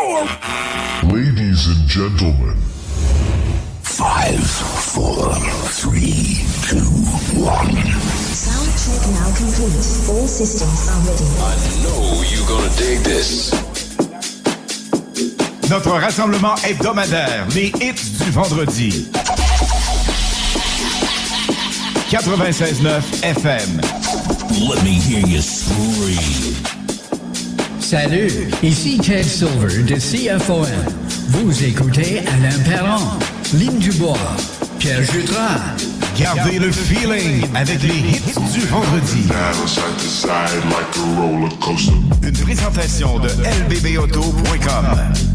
Ladies and gentlemen. 5, 4, 3, 2, 1. Sound check now complete. All systems are ready. I know you're gonna dig this. Notre rassemblement hebdomadaire, les hits du vendredi. 96.9 FM. Let me hear you scream. Salut, ici Ted Silver de CFOM. Vous écoutez Alain Perron, Lynn Dubois, Pierre Jutras. Gardez le feeling avec les hits du vendredi. Une présentation de lbbauto.com.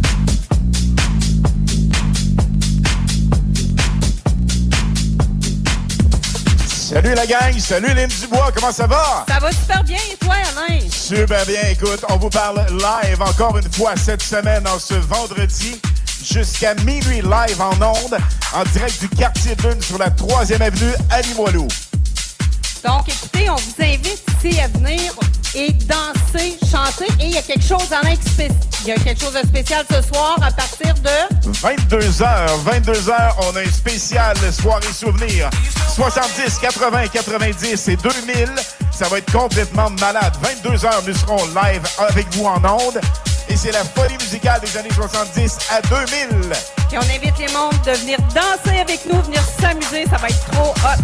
Salut la gang, salut Lynn Dubois, comment ça va? Ça va super bien et toi, Alain? Super bien, écoute, on vous parle live encore une fois cette semaine, en ce vendredi, jusqu'à minuit live en ondes, en direct du quartier de Lune sur la 3e avenue à Limoilou. Donc, écoutez, on vous invite ici à venir et danser, chanter. Et il y a quelque chose de spécial ce soir à partir de 22h, on a un spécial soirée souvenir. 70, 80, 90 et 2000. Ça va être complètement malade. 22h, nous serons live avec vous en ondes. Et c'est la folie musicale des années 70 à 2000. Et on invite les membres de venir danser avec nous, venir s'amuser. Ça va être trop hot.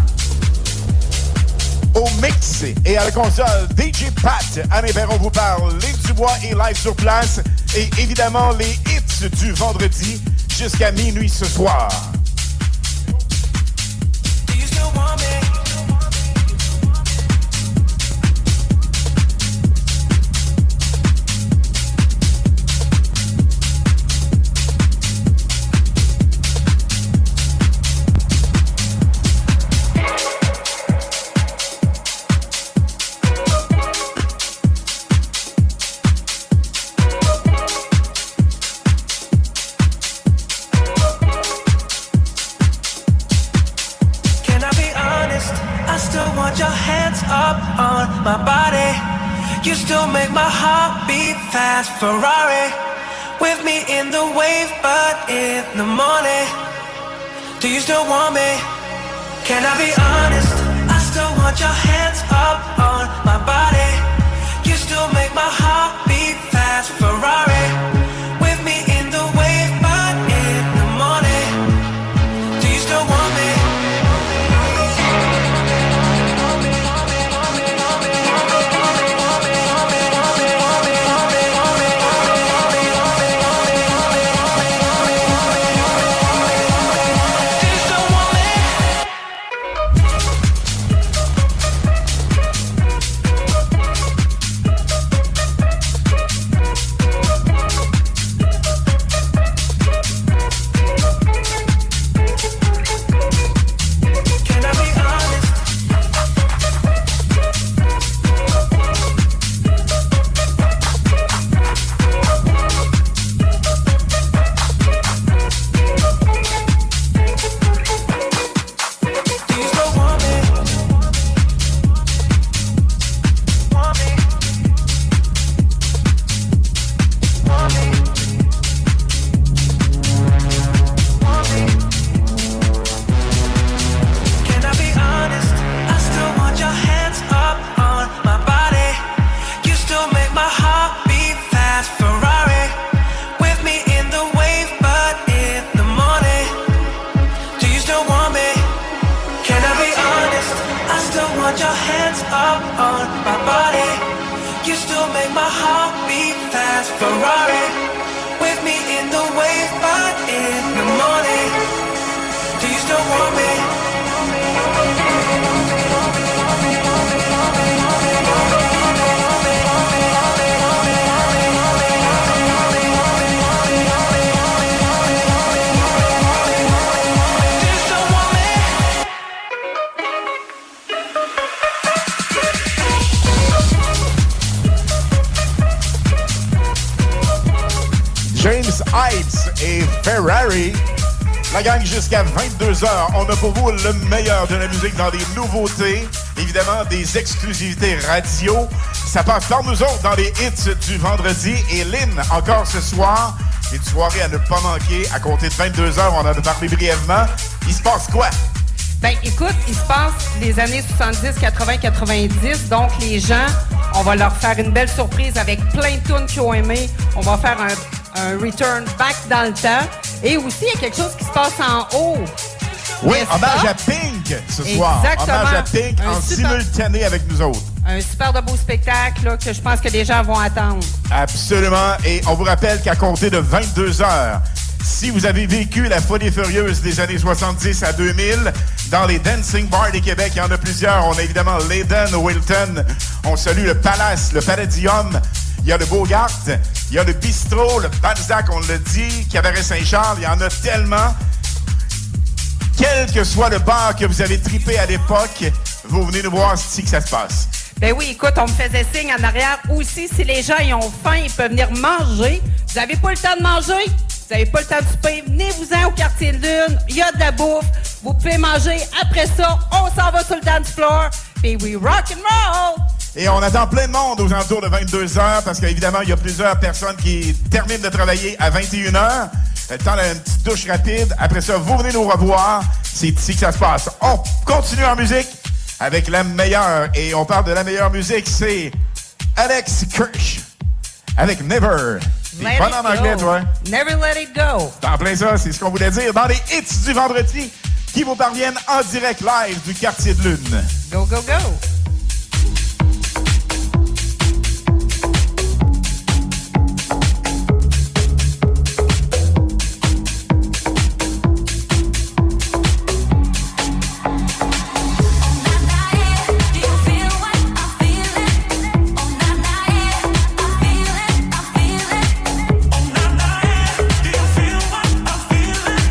Au mix et à la console, DJ Pat, Alain Perron vous parle, Lynn Dubois est live sur place et évidemment les hits du vendredi jusqu'à minuit ce soir. My body, you still make my heart beat fast. Ferrari, with me in the wave, but in the morning, do you still want me? Can I be honest? I still want your hands up on my body. You still make my heart beat fast. Ferrari, with me in the wave, but in the morning, do you still want me? La gang jusqu'à 22h. On a pour vous le meilleur de la musique dans des nouveautés, évidemment des exclusivités radio. Ça passe par nous autres dans les hits du vendredi. Et Lynn, encore ce soir, Une soirée à ne pas manquer. À compter de 22h, on en a parlé brièvement. Il se passe quoi? Ben, écoute, il se passe les années 70, 80, 90. Donc, les gens, on va leur faire une belle surprise avec plein de tunes qu'ils ont aimé. On va faire un return back dans le temps. Et aussi, il y a quelque chose qui se passe en haut. Oui, hommage à Pink ce soir. Exactement. Hommage à Pink en simultané avec nous autres. Un super de beau spectacle là, que je pense que les gens vont attendre. Absolument. Et on vous rappelle qu'à compter de 22h, si vous avez vécu la folie furieuse des années 70 à 2000, dans les Dancing Bars des Québec, il y en a plusieurs. On a évidemment l'Eden, Wilton. On salue le Palace, le Palladium. Il y a le Bogart. Il y a le Bistrot, le Balzac, on l'a dit. Cabaret Saint-Charles. Il y en a tellement. Quel que soit le bar que vous avez trippé à l'époque, vous venez nous voir ici que ça se passe. Ben oui, écoute, on me faisait signe en arrière aussi. Si les gens ils ont faim, ils peuvent venir manger. Vous n'avez pas le temps de manger? Vous n'avez pas le temps de souper? Venez-vous-en au Quartier de Lune. Il y a de la bouffe. Vous pouvez manger. Après ça, on s'en va sur le dance floor. Puis we rock and roll! Et on attend plein de monde aux alentours de 22h parce qu'évidemment, il y a plusieurs personnes qui terminent de travailler à 21h. Le temps d'une petite douche rapide. Après ça, vous venez nous revoir. C'est ici que ça se passe. On continue en musique avec la meilleure. Et on parle de la meilleure musique. C'est Alex Kirsch avec Never. Let Bon it en anglais, go. toi. Never let it go. C'est en plein ça, c'est ce qu'on voulait dire dans les hits du vendredi qui vous parviennent en direct live du Quartier de Lune. Go, go, go.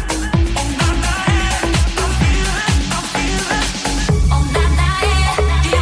Do you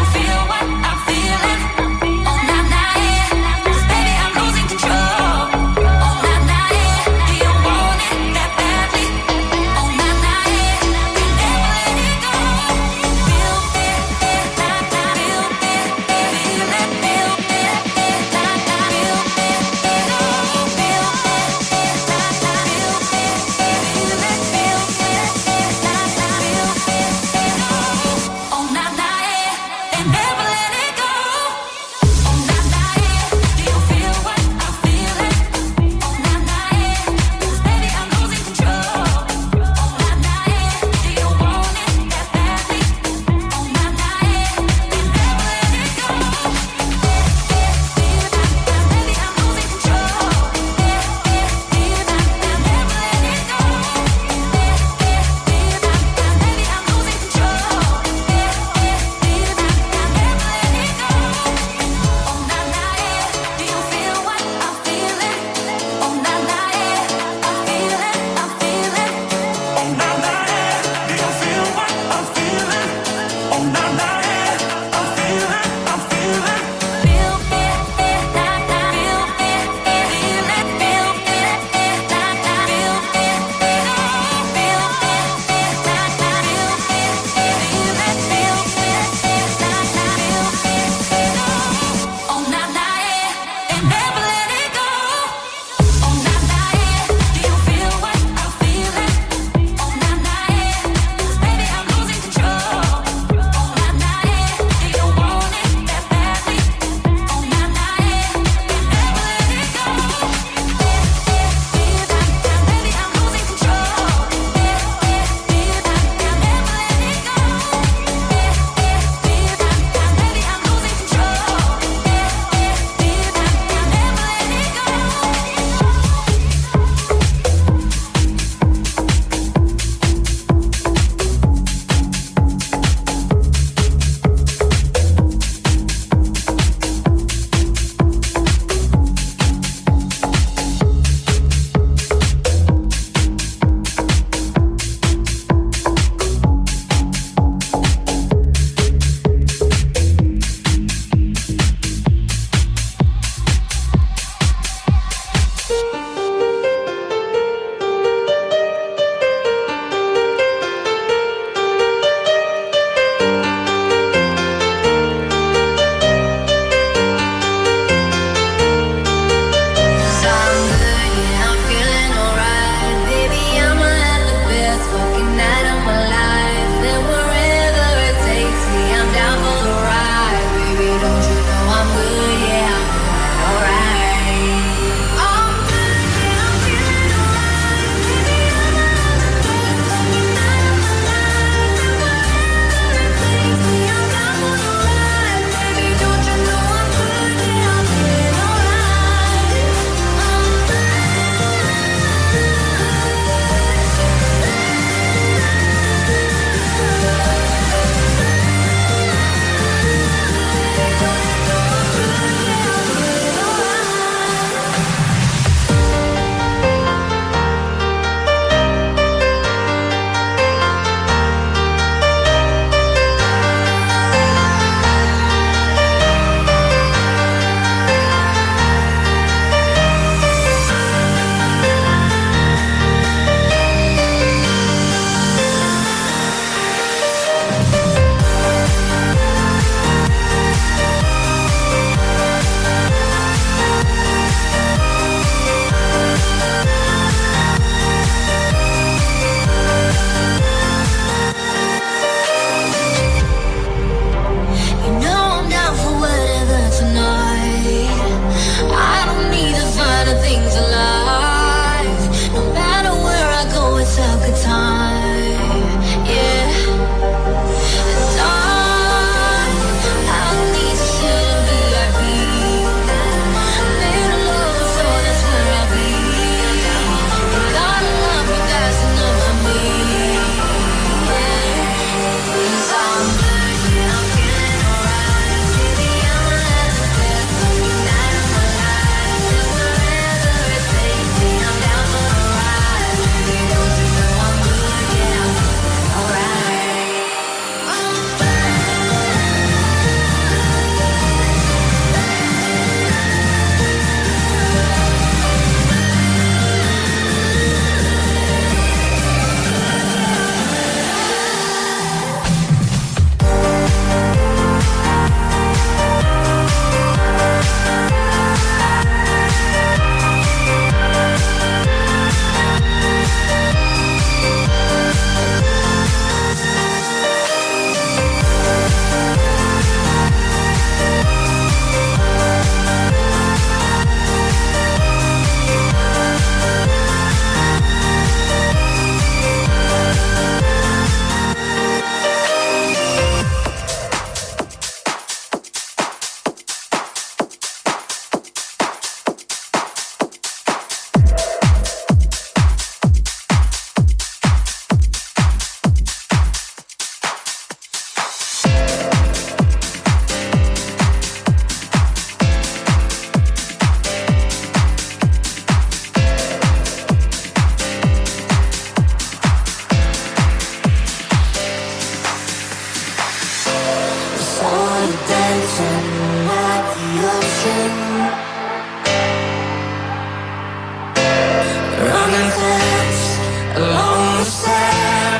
running fast along the sand.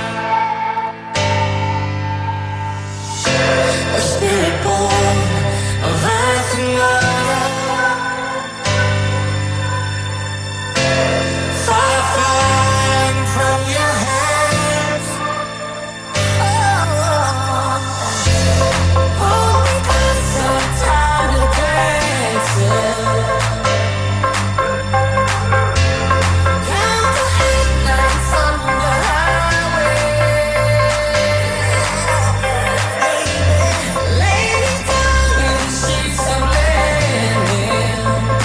A spirit born of earth and water, far flying from your hands. Hold me close, some time to dance. Count the headlights on the highway. Lay me down in the sheets of linen.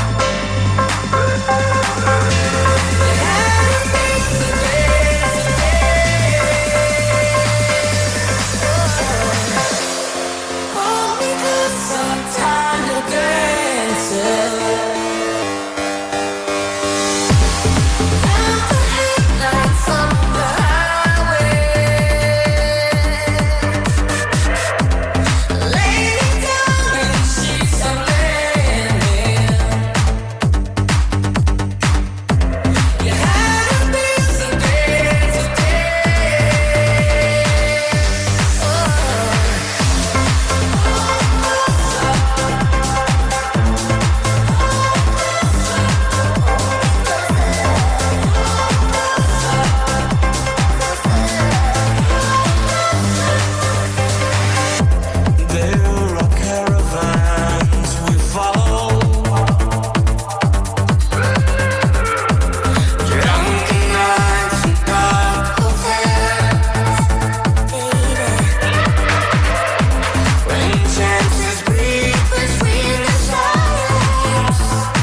You had a piece of day today. Hold me close, some time to dance. Count the headlights on the highway. Lay me down in the sheets of linen. You had a piece of day today. There are caravans we follow, drunken nights and dark hotels, when chances breathe between the silence,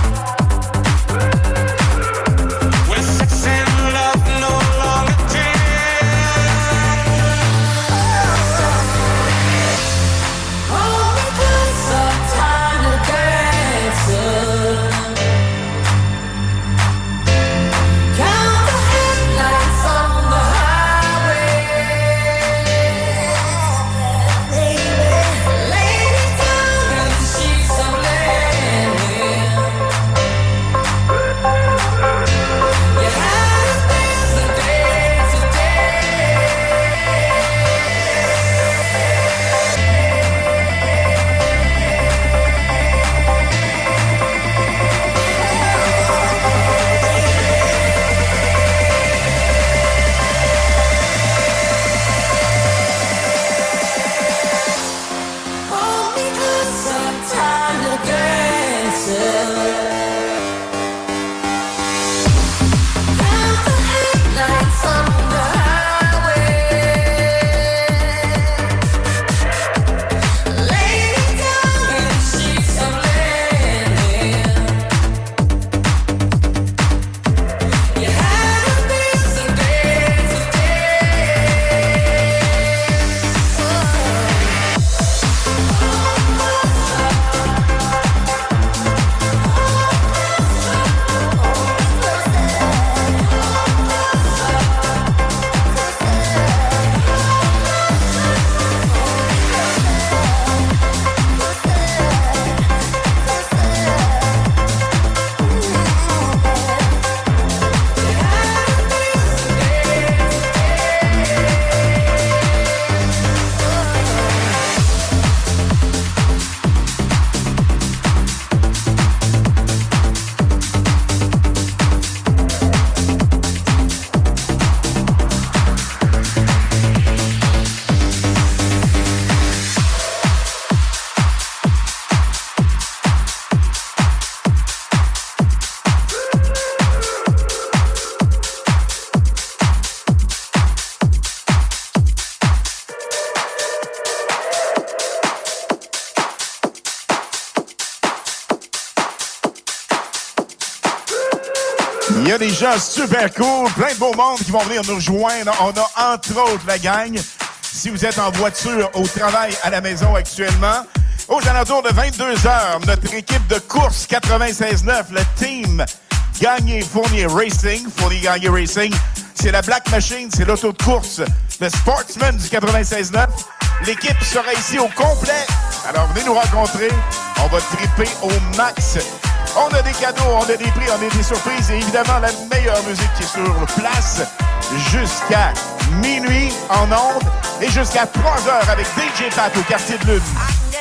when sex and love no longer hold me close, some time to dance. Count the headlights on the highway. Lay me down in the sheets of linen. You had a piece of day today. Hold me close, some time to dance. Count the headlights on the highway. Lay me down in the sheets of linen. You had a piece of day Il y a des gens super cool, plein de beaux mondes qui vont venir nous rejoindre. On a entre autres la gang. Si vous êtes en voiture, au travail, à la maison actuellement, aux alentours de 22h, notre équipe de course 96.9, le team Gagné-Fournier Racing, Fournier-Gagné Racing, c'est la Black Machine, c'est l'auto de course, le Sportsman du 96.9. L'équipe sera ici au complet. Alors, venez nous rencontrer. On va tripper au max. On a des cadeaux, on a des prix, on a des surprises et évidemment, la meilleure musique qui est sur place jusqu'à minuit en ondes et jusqu'à 3 heures avec DJ Pat au Quartier de Lune.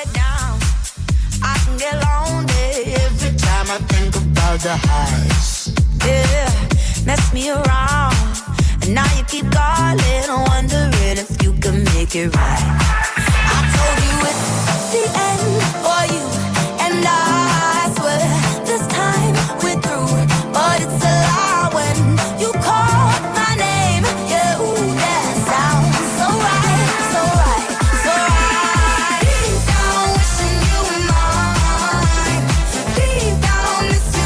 The highs, yeah, mess me around, and now you keep calling, wondering if you can make it right. I told you it's the end for you, and I swear this time we're through, but it's a lie when you call my name. Yeah, ooh, that sounds so right, so right, so right. Deep down, wishing you were mine. Deep down, miss you.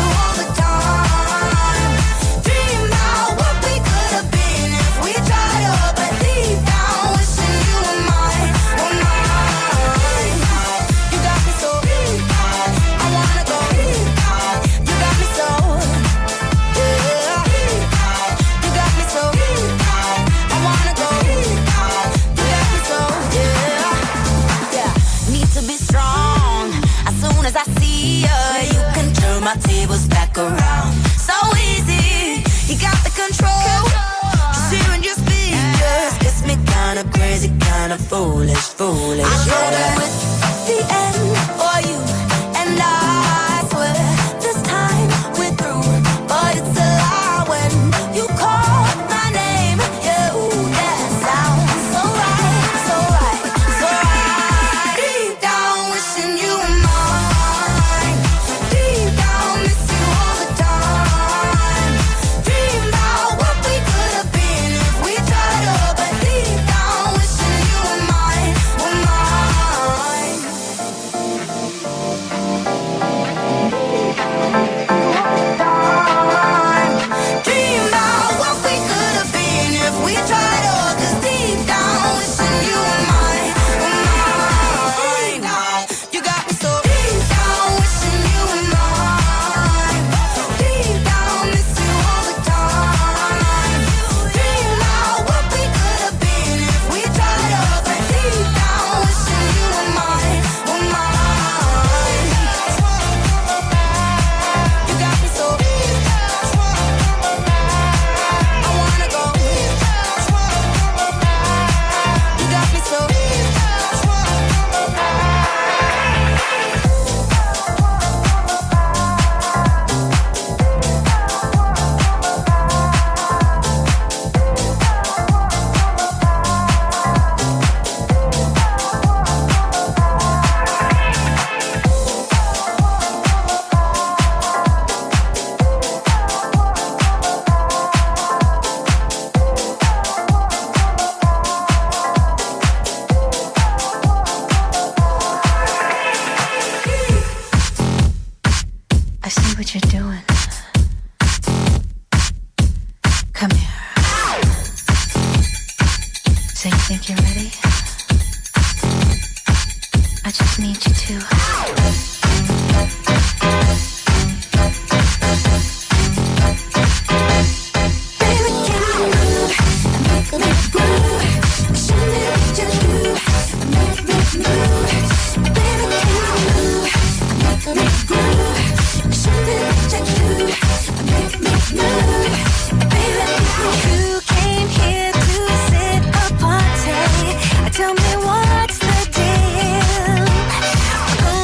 My table's back around. So easy, you got the control. Just hearing your speech just gets me kinda crazy, kinda foolish, foolish. I know that it's the end for you, and I swear this time we're through, but it's a lie when you call my name. Yeah, ooh, that sounds so right, so right, so right. Deep down, wishing you were mine. Deep down, miss you all the time. Dream about what we could have been if we tried up, but deep down, wishing you were mine, were mine. Dream about what we could have been if we tried up, 'cause deep down, wishing you were mine, were mine. You got me so deep down, wishing you were mine. Deep down, miss you all the time. Dream about what we could have been if we tried up, but deep down, wishing you were mine, were mine. You got me so I wanna go. You got me so I see what you're doing. Come here. So you think you're ready? I just need you to. Baby, can you move? Make me move. Show me what you do. Make me move. Baby, can you move? Make me move. Show me what you do. Make me move. Baby, you came here to sit a party. Tell me what's the deal.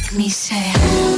make me say.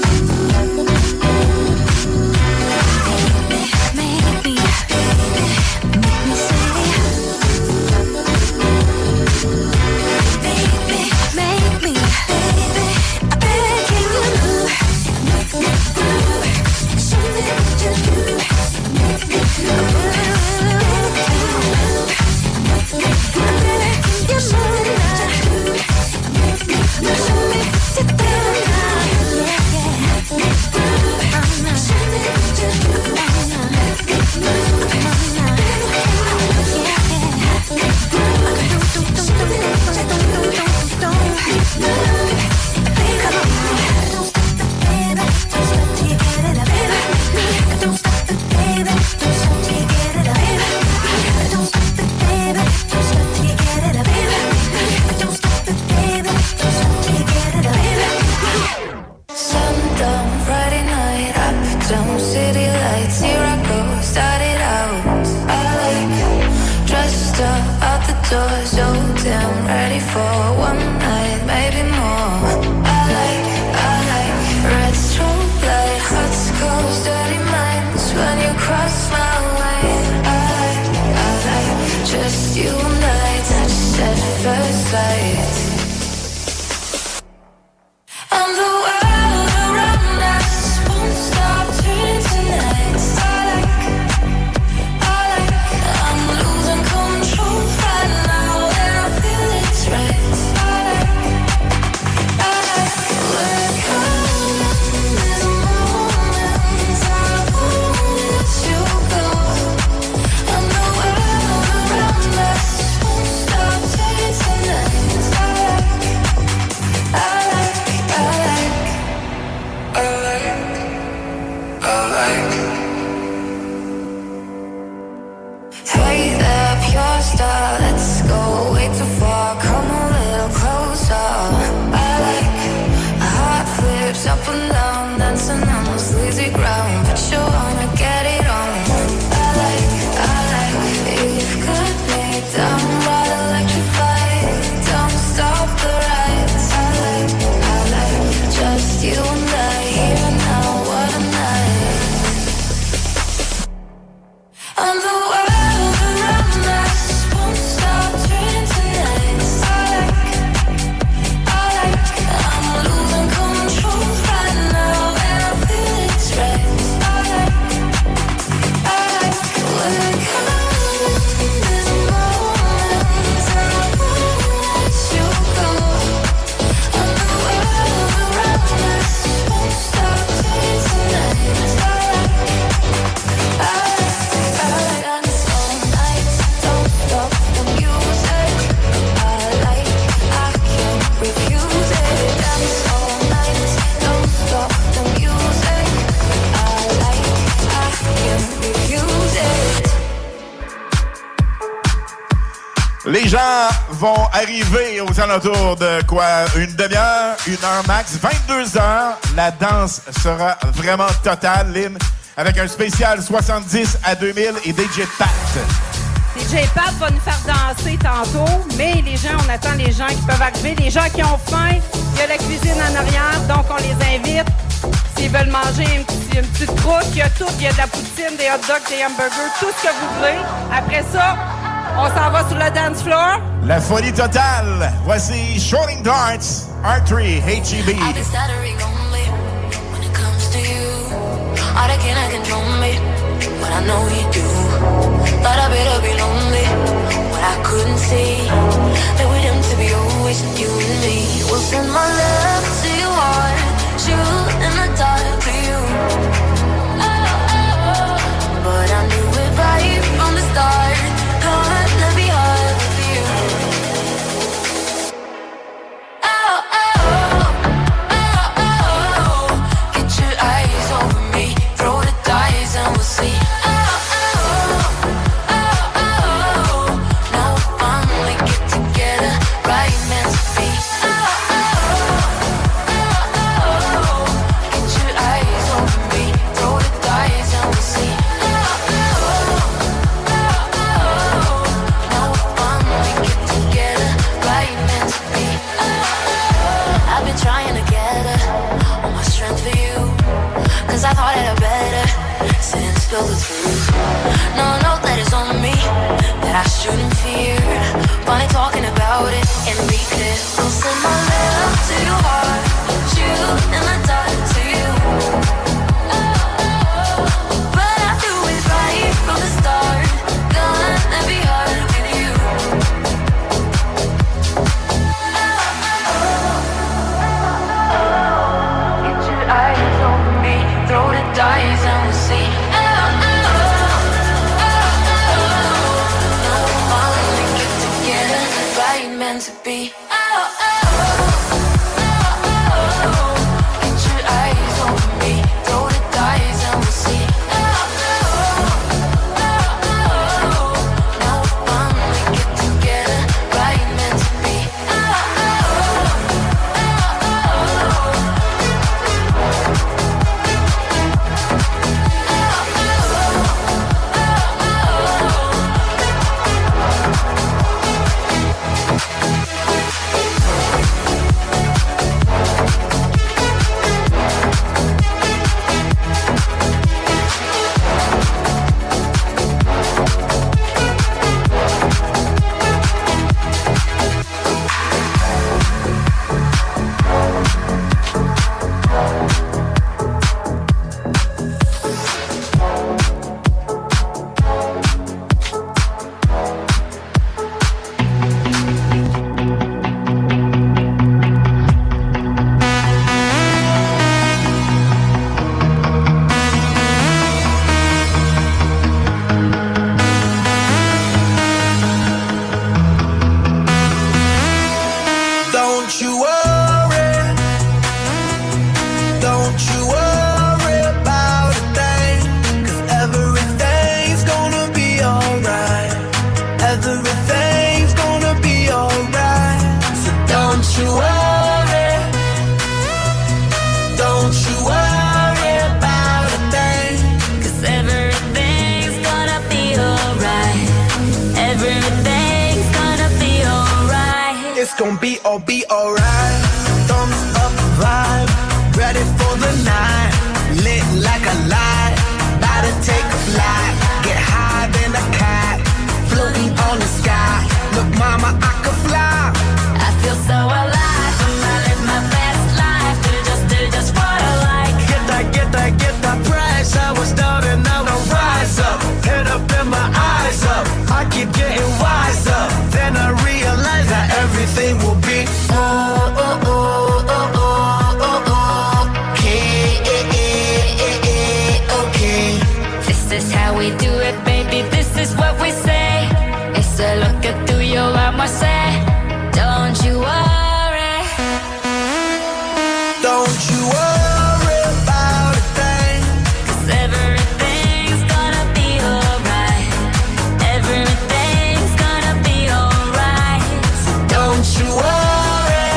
Les gens vont arriver aux alentours de quoi? Une demi-heure, 1 heure max, 22 heures. La danse sera vraiment totale, Lynn, avec un spécial 70 à 2000 et DJ Pat. DJ Pat va nous faire danser tantôt, mais les gens, on attend les gens qui peuvent arriver. Les gens qui ont faim, il y a la cuisine en arrière, donc on les invite. S'ils veulent manger une petite croûte, il y a tout. Il y a de la poutine, des hot dogs, des hamburgers, tout ce que vous voulez. Après ça, on s'en va sur le dance floor. La folie totale. Voici Shooting Darts, R3, HEB. I've been stuttering only when it comes to you. All that can control me, but I know you do. Thought I better be lonely, what I couldn't see. That we're doomed to be always you and me. We'll send my love to your heart, shoot in the dark for you. Oh, oh, oh. But I knew it right from the start. Gonna be hard with you. Oh, oh, oh, oh, oh. Get your eyes over me, throw the dice and we'll see. Oh, oh, oh, oh. No fun, we get together, right meant to be. Oh, oh, spill the truth. No, that is on me, that I shouldn't fear. Funny talking about it and be clear. I'll send my love to your heart, shoot in the dark to you. But I do it right from the start. Gonna be hard with you. Get your eyes on me, throw the dice and we'll see. Meant to be. Get your eyes on me, throw the dice and we'll see. Now we're finally get together, right meant to be. It's gonna be alright. Thumbs up vibe, ready for the night. Lit like a light, about to take a flight. Get higher than a cat, floating on the sky. Look mama, I could fly. I feel so alive when I live my best life. Do just what I like. Get that price. I was down and now I rise up. Head up and my eyes up. I keep getting wiser. Then I realize that everything will be okay. This is how we do it, baby. This is what we say. It's a look at through your armor, say. Don't you worry. Don't you worry about a thing. 'Cause everything's gonna be alright. Everything's gonna be alright. Don't you worry.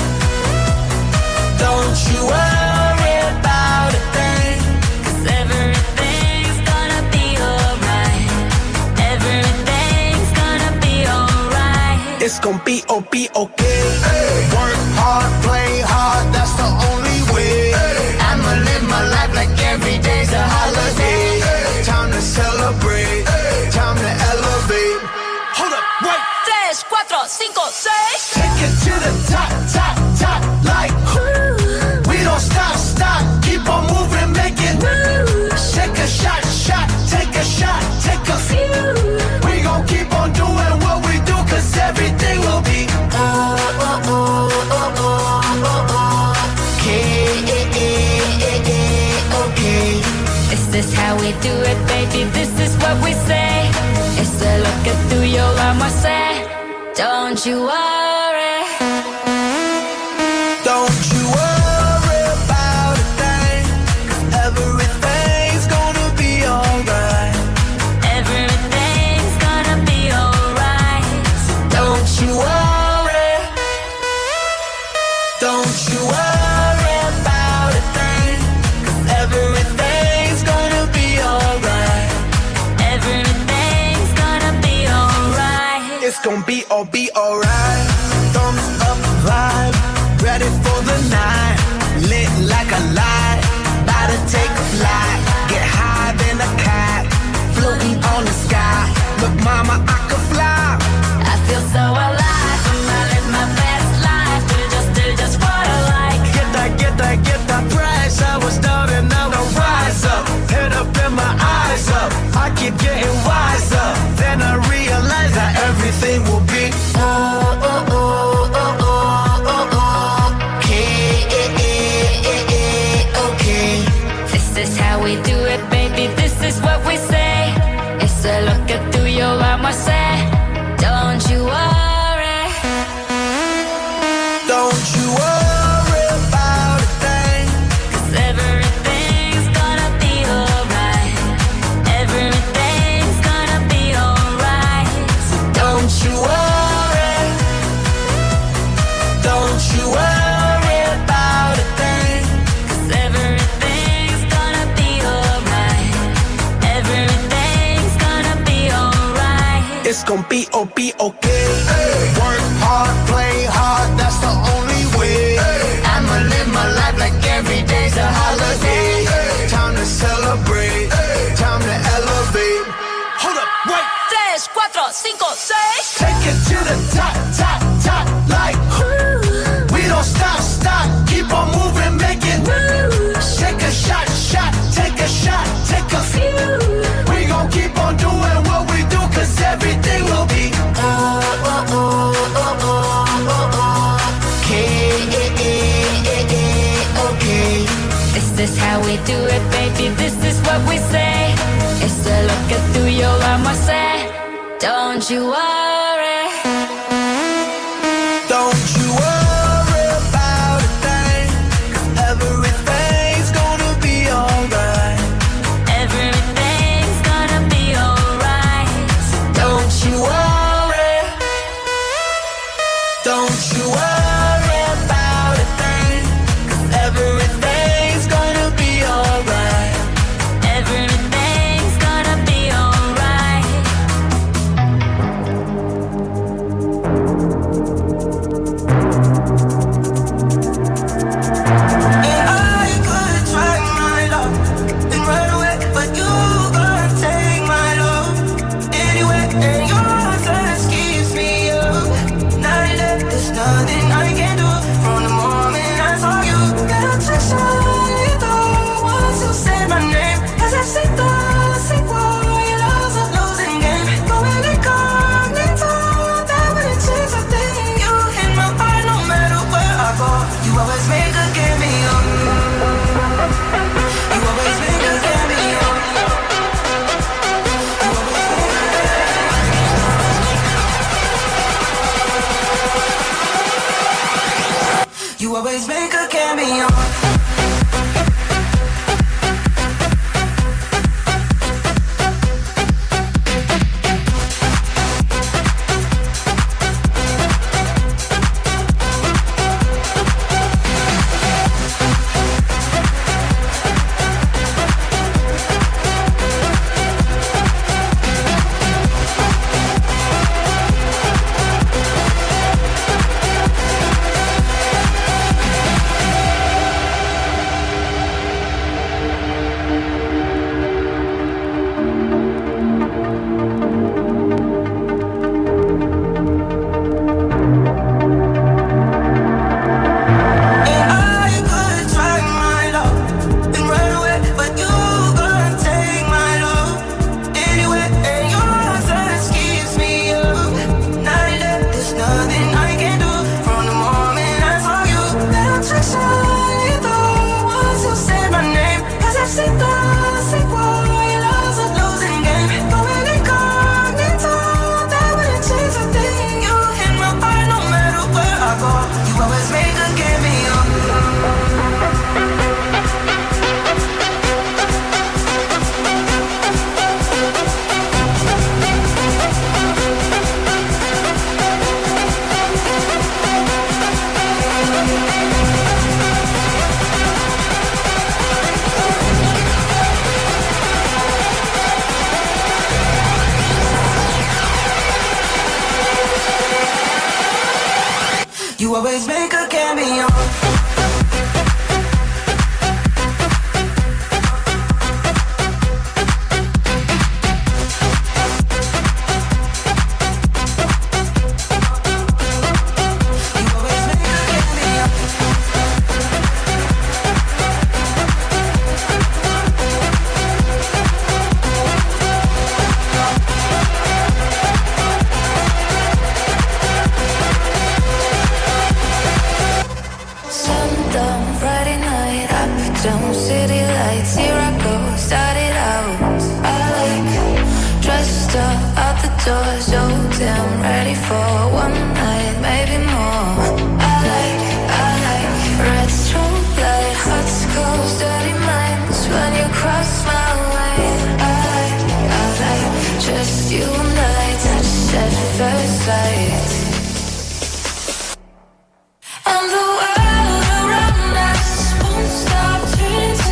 Don't you worry about a thing. 'Cause everything's gonna be alright. Everything's gonna be alright. It's gonna be okay. Work hard, play hard, that's the only way. I'ma live my life like every day's a holiday. Time to celebrate, time to elevate. Hold up, wait. 3, 4, 5, 6. Take it to the top, top, top, like we don't stop, keep on moving, make it. Take a shot, take a shot, take a few. We gon' keep on doing what we do, 'cause everything will be okay. This is how we do it, baby. This is what we say. It's a look at through your armor, say. Don't you worry. Don't you worry about a thing, 'cause everything's gonna be alright. Everything's gonna be alright. Don't you worry. Don't you worry about a thing, 'cause everything's gonna be alright. Everything's gonna be alright. It's gonna be alright. Thumbs up vibe, ready for the night. Lit like a light, about to take a flight. Get higher than a cat, it's gon' be okay. Work hard, play hard, that's the only way. I'ma live my life like every day's a holiday. Time to celebrate, time to elevate. Hold up, wait. 3, 4, 5, 6. Take it to the top, top, top, like we don't stop, stop, keep on moving, make it. Take a shot, shot, take a shot, take a few. We gon' keep on doing what we do, cause everything will be okay. Is this how we do it, baby? This is what we say. It's a look at through your armor, say. Don't you worry. Don't you worry about a thing, 'cause everything's gonna be alright. Everything's gonna be alright. Don't you worry. Don't you worry about a thing, 'cause everything's gonna be alright. Everything's gonna be alright. And I could try my luck and run away, but you gonna take my love anyway. And your touch keeps me up. Night and there's nothing I can do. From the moment I saw you, got a touch on it though. Once you said my name, necesito, sé cuál love's a losing game. Going incognito, that wouldn't change a thing. You hit my heart no matter where I go. You always make a cameo. You always make a cameo. You always make a cameo. And I could try my luck and run away, but you gonna take my love anyway. And your touch keeps me up. Night and there's nothing I can do. From the moment I saw you, that I'm trying to. Once you said my name, necesito, sé cuál love's a losing game. Going incognito, that wouldn't change a thing. You hit my heart no matter where I go. You always make a cameo. You always make a cameo. You always make a cameo. Sundown, Friday night, up down city lights. Here I go, started out. I like dressed up out the door, so damn ready for one night, maybe more. I like red strobe light, hot cold, dirty minds when you cross my way. I like just you and I, touched at first sight. And the world around us won't stop turning.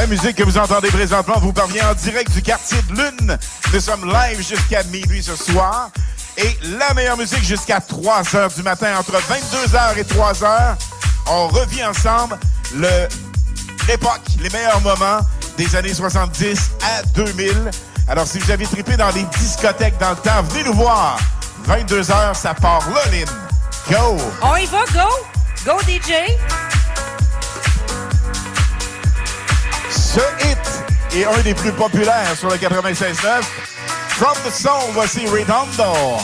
La musique que vous entendez présentement vous parvient en direct du quartier de Lune. Nous sommes live jusqu'à minuit ce soir. Et la meilleure musique jusqu'à 3 heures du matin, entre 22h et 3h. On revit ensemble l'époque, les meilleurs moments des années 70 à 2000. Alors, si vous avez trippé dans les discothèques dans le temps, venez nous voir. 22h, ça part là, Lynn. Go! On y va, go! Go, DJ! Ce hit est un des plus populaires sur le 96.9. From the Soul, voici Redondo.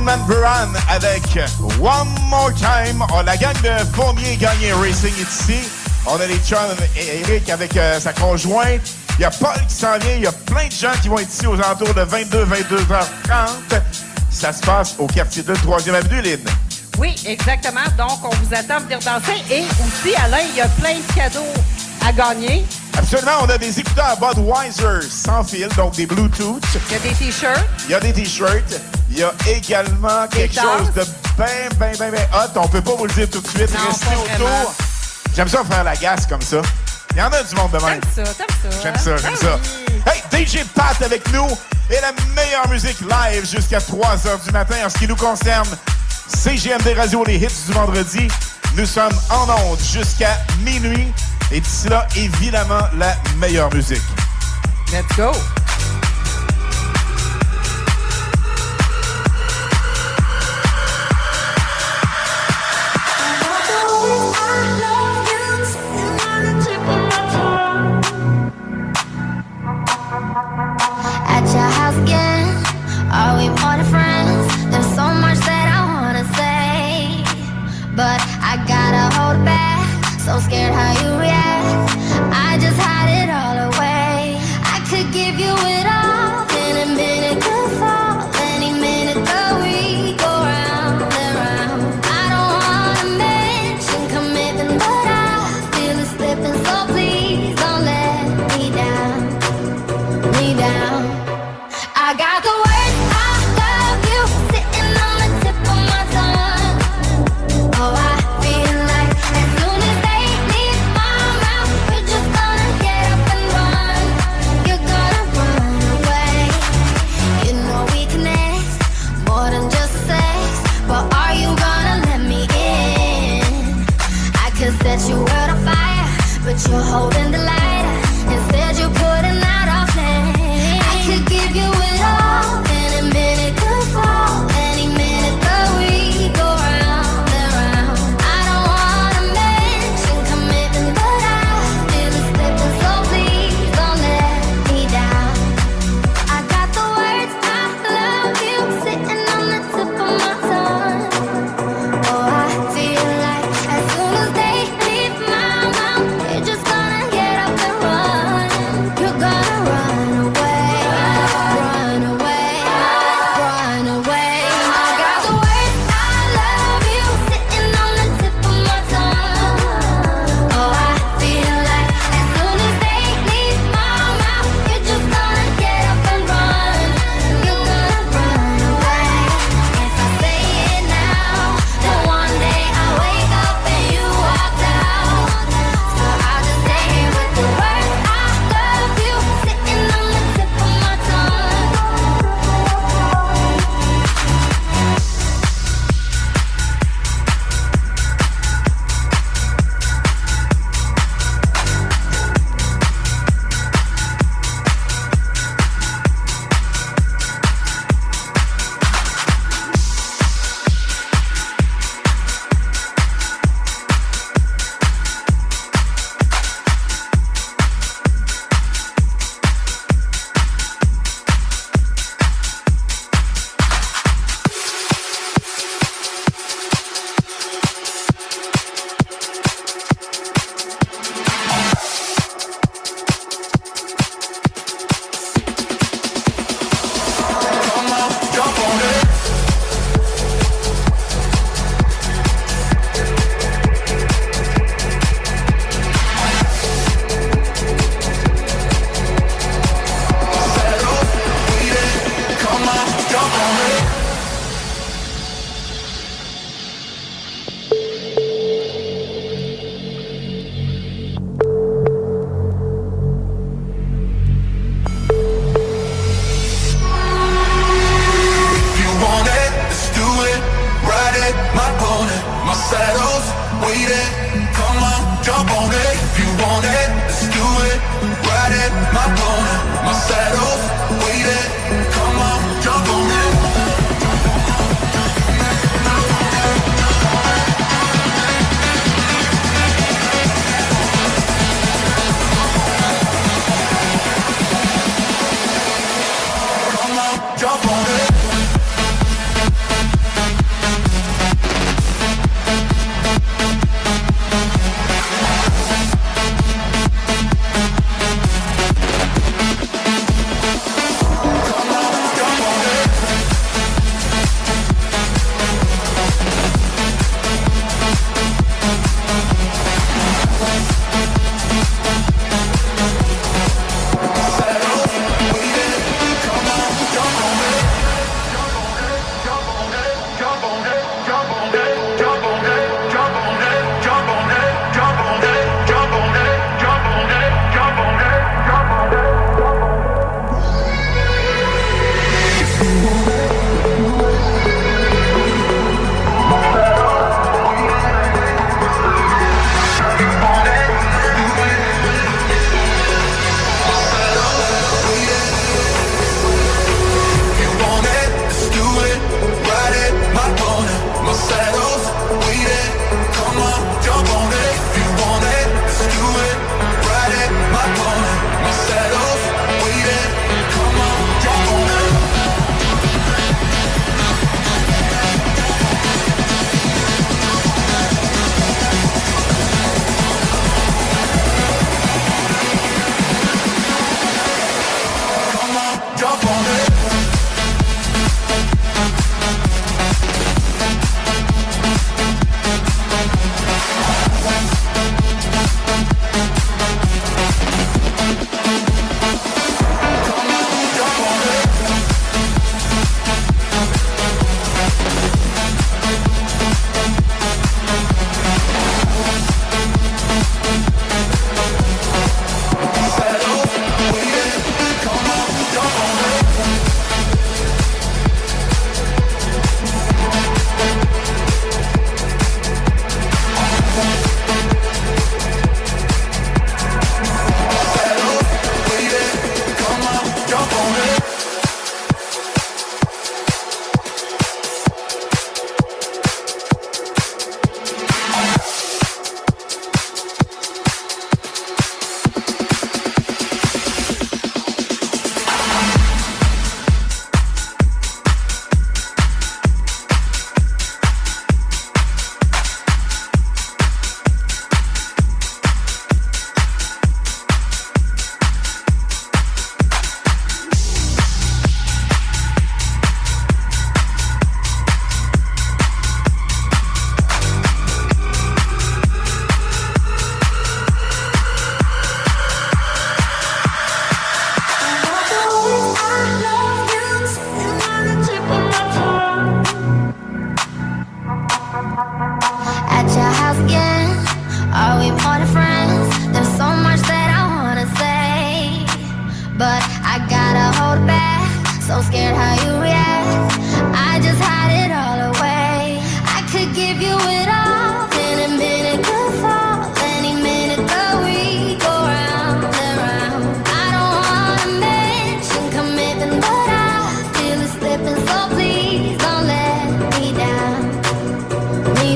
Roman Buran avec One More Time. Oh, la gang de Fournier Gagné Racing est ici. On a les chums et Eric avec sa conjointe. Il y a Paul qui s'en vient. Il y a plein de gens qui vont être ici aux alentours de 22h30. Ça se passe au quartier de 3e Avenue, Lynn. Oui, exactement. Donc, on vous attend venir danser. Et aussi, Alain, il y a plein de cadeaux à gagner. Absolument. On a des écouteurs Budweiser sans fil, donc des Bluetooth. Il y a des T-shirts. Il y a des T-shirts. Il y a également quelque chose de ben hot. On peut pas vous le dire tout de suite. Non, restez pas autour. vraiment. J'aime ça faire la gasse comme ça. Il y en a du monde de même. T'aimes ça. J'aime ça. Oui. Hey, DJ Pat avec nous et la meilleure musique live jusqu'à 3h du matin. En ce qui nous concerne, CGMD Radio, les hits du vendredi. Nous sommes en ondes jusqu'à minuit. Et d'ici là, évidemment, la meilleure musique. Let's go. At your house again, are we more than friends? There's so much that I wanna say, but I gotta hold back. So scared how you react. I just hide it all away. I could give you it all, in a minute could fall. Any minute that we go round and round. I don't wanna mention commitment, but I feel it slipping. So please don't let me down. I got the words I love you sitting on the tip of my tongue. Oh, I feel like as soon as they leave my mouth, you're just gonna get up and run. You're gonna run away. You know we connect more than just sex, but are you gonna let me in? I could set your world on fire, but you're holding the lighter. Instead you're putting out our flame. I could give you it all, in a minute could fall. Any minute that we go round and round. I don't wanna mention commitment, but I feel it slipping. So please don't let me down. I got the words I love you sitting on the tip of my tongue. Oh, I feel like as soon as they leave my mouth, you're just gonna get up and run. You're gonna run away, run away, run away. I got the words I love you sitting on the tip of my tongue. Oh, I feel like as soon as they leave my mouth, you're just gonna get up and run. You're gonna run away. If I say it now, then one day I wake up and you walked out. So I'll just say it with the words I love you sitting on the tip of my tongue. If you want it, let's do it. Ride it, my pony, my saddle's waiting. Come on, jump on it. If you want it, let's do it. Ride it, my pony, my saddle's waiting. Come on, jump on it. Come on, jump on it.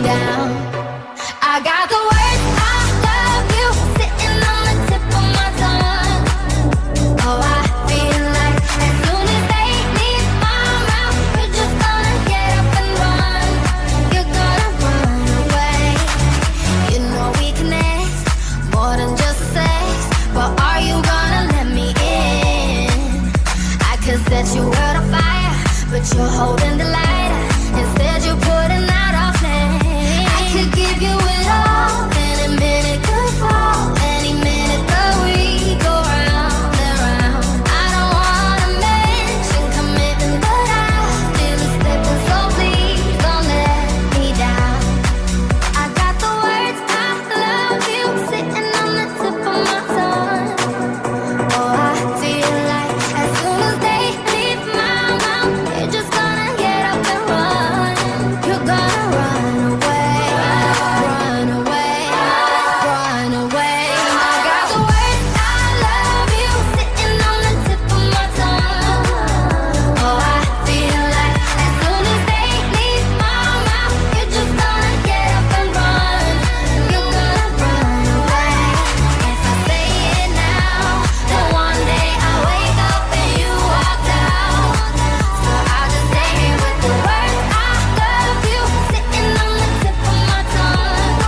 down. I got the words I love you sitting on the tip of my tongue. Oh, I feel like as soon as they leave my mouth, you're just gonna get up and run. You're gonna run away. You know we connect more than just sex, but are you gonna let me in? I could set your world on fire, but you're holding the lighter. Instead you're putting out our flame. I could give you it all, any minute could fall, any minute that we go round and round. I don't wanna mention commitment, but I feel it slipping, so please don't let me down. I got the words I love you sitting on the tip of my tongue. Oh, I feel like as soon as they leave my mouth, you're just gonna get up and run. You're gonna run away, run away, run away. I got the words I love you sitting on the tip of my tongue. Oh, I feel like as soon as they leave my mouth, you're just gonna get up and run. You're gonna run away. If I say it now, then one day I wake up and you walked out. So I'll just stay here with the words I love you sitting on the tip of my tongue.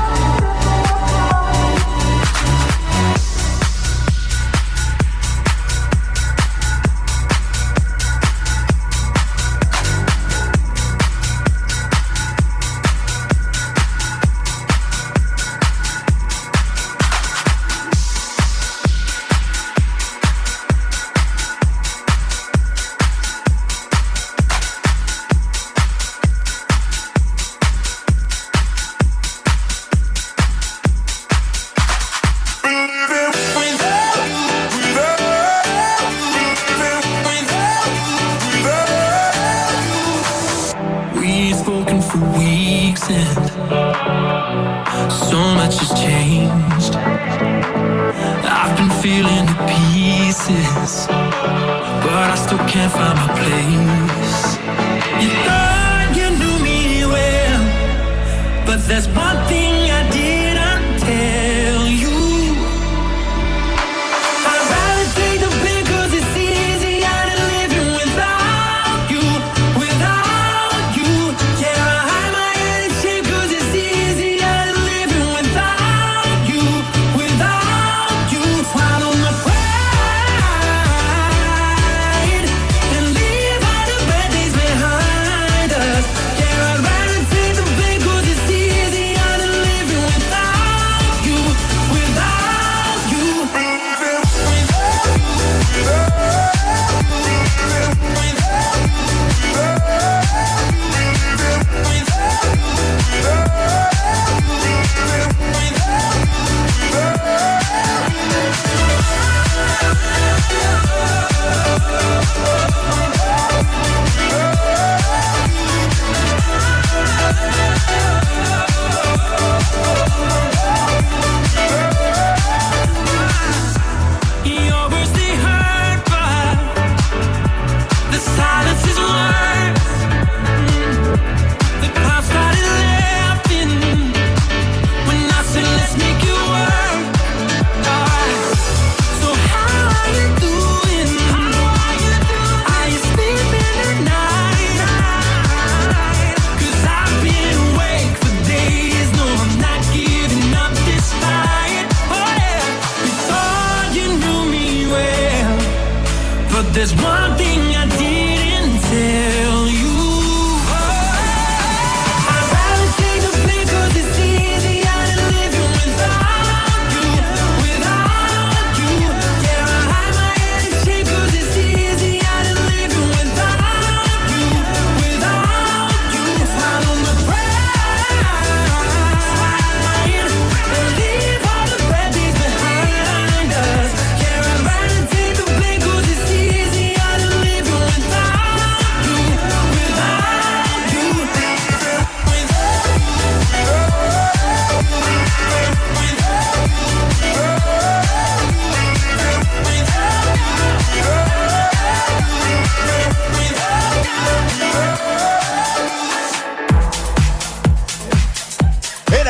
We've spoken for weeks and so much has changed. I've been feeling the pieces, but I still can't find my place. You thought you knew me well, but there's one thing I didn't tell you. I'd rather take the pain 'cause it's easier than living without you, without you. Yeah, I hide my head in shame 'cause it's easier than living without you, without you. Swallow my pride and leave all the bad days behind us. Yeah, I'd rather take the pain 'cause it's easier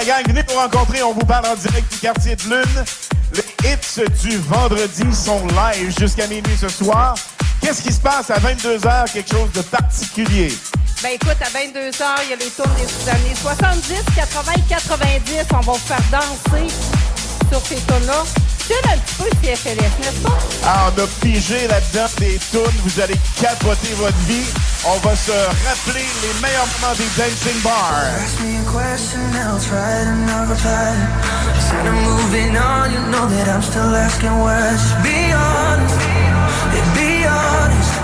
la gang, venez nous rencontrer. On vous parle en direct du quartier de Lune. Les hits du vendredi sont live jusqu'à minuit ce soir. Qu'est-ce qui se passe à 22h? Quelque chose de particulier. Ben écoute, à 22h, il y a les tours des années 70, 80, 90. On va vous faire danser sur ces tunes-là. Tu sais, un petit peu CFLS, n'est-ce pas? Ah, on a pigé là-dedans des tunes. Vous allez capoter votre vie. On va se rappeler les meilleurs moments des dancing bars. Ask me a question, I'll try to not reply. Instead of moving on, you know that I'm still asking why. Just be honest, yeah, be honest.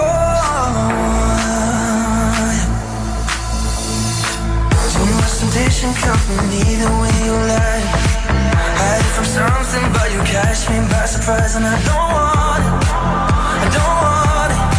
Too much temptation company the way you lie. Hide from something, but you catch me by surprise, and I don't want it. I don't want it.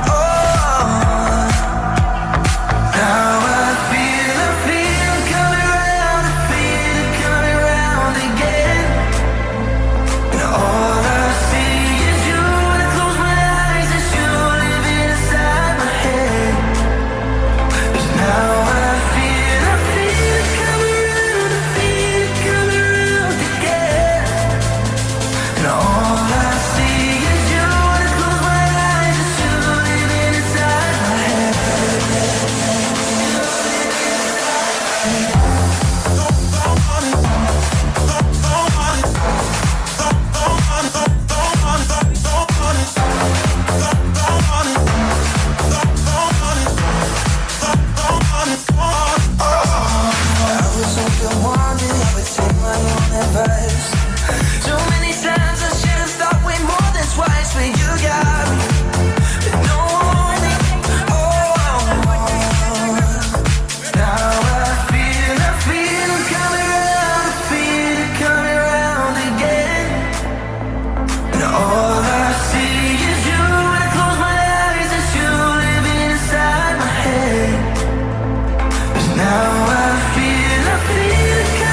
Now I feel coming round, I feel it coming round again. And all I see is you, and I close my eyes, it's you living inside my head. 'Cause now I feel it coming round, I feel it coming round again. And all I see is you, and I close my eyes, it's you living inside my head. Too many times I should have thought way more than twice, but you got me. Don't want me. Now I feel it coming round, I feel it coming round again. And all I see is you, and I close my eyes, it's you living inside my head. 'Cause now I feel it coming round.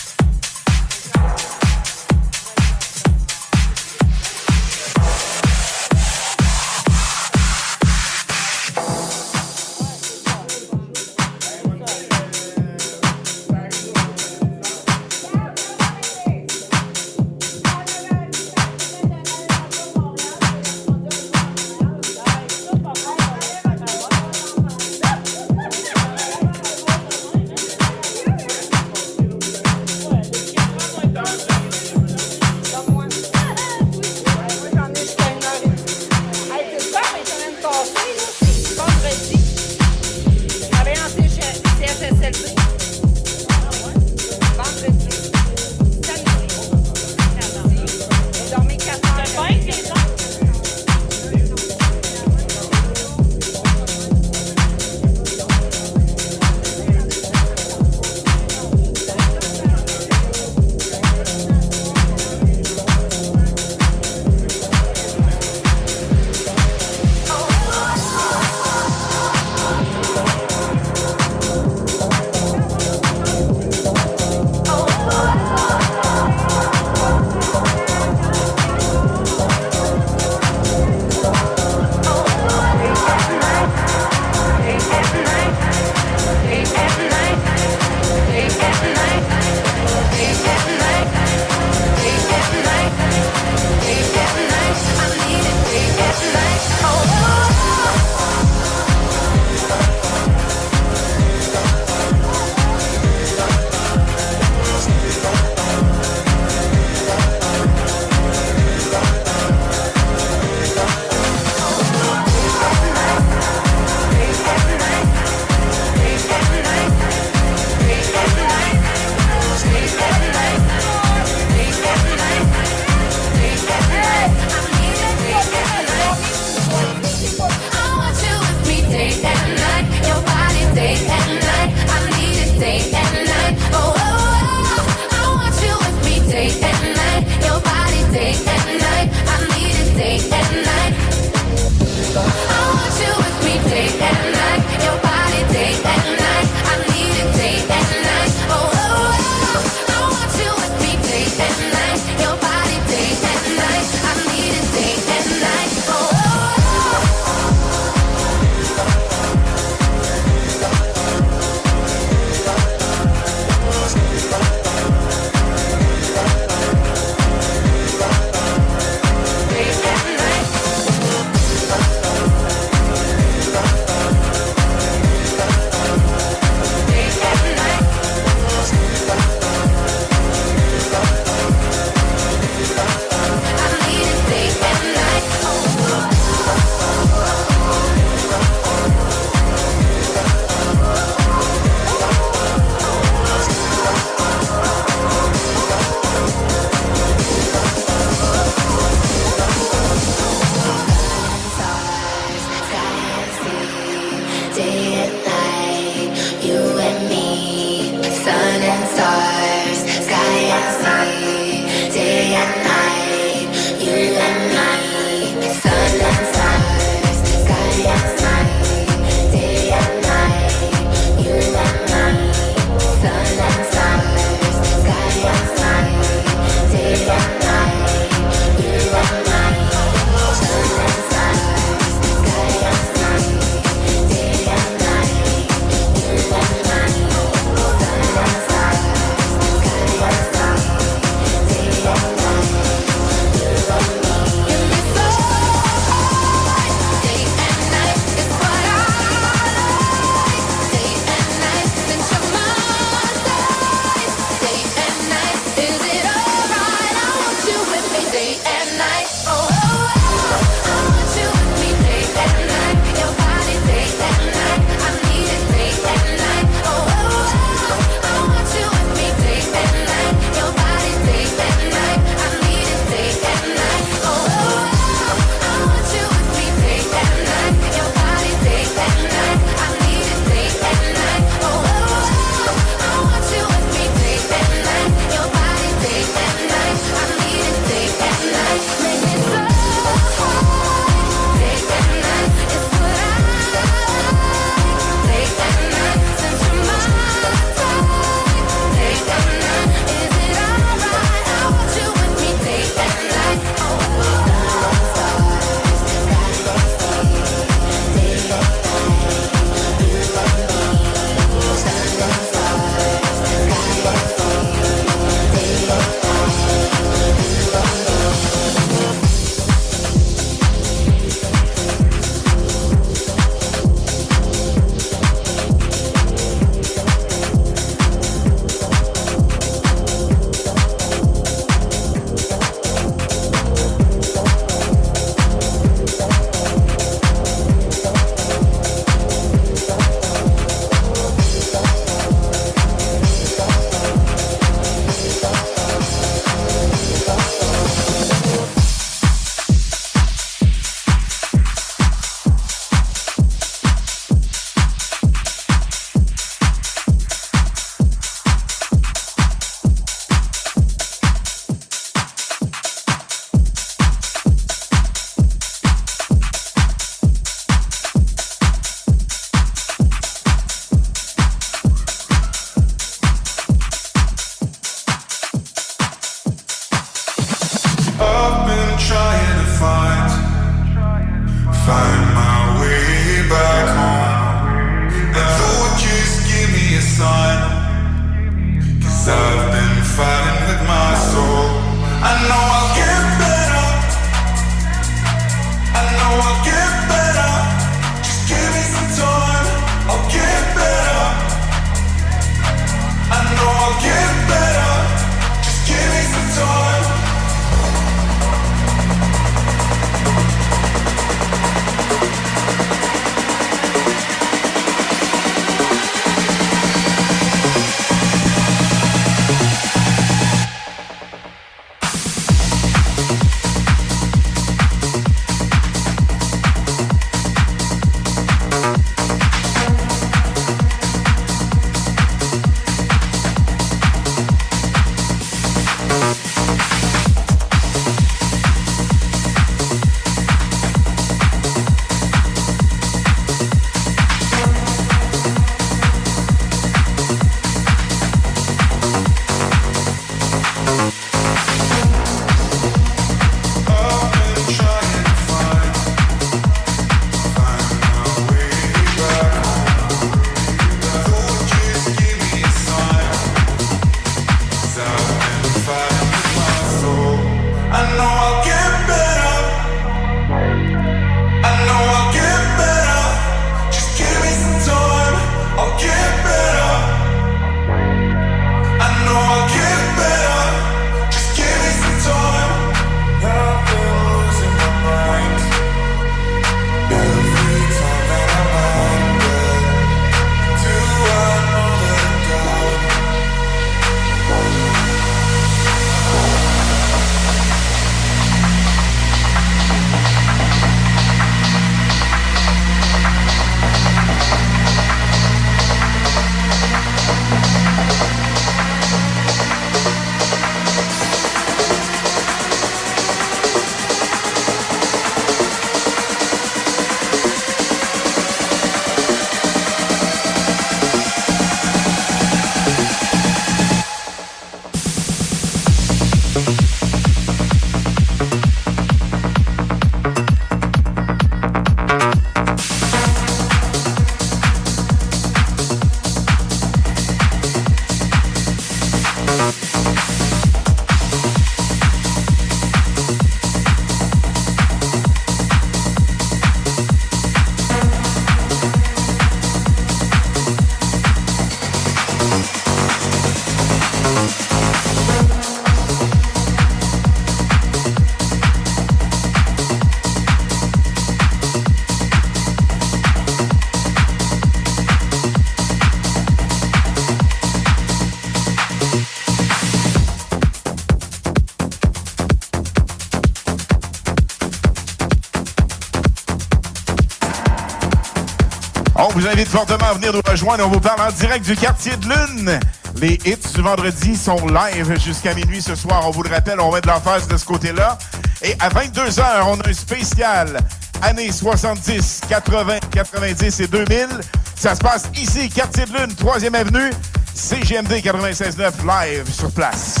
On vous invite fortement à venir nous rejoindre. On vous parle en direct du quartier de Lune. Les hits du vendredi sont live jusqu'à minuit ce soir. On vous le rappelle, on va de l'emphase de ce côté-là. Et à 22h, on a un spécial années 70, 80, 90 et 2000. Ça se passe ici, quartier de Lune, 3e avenue, CGMD 96.9 live sur place.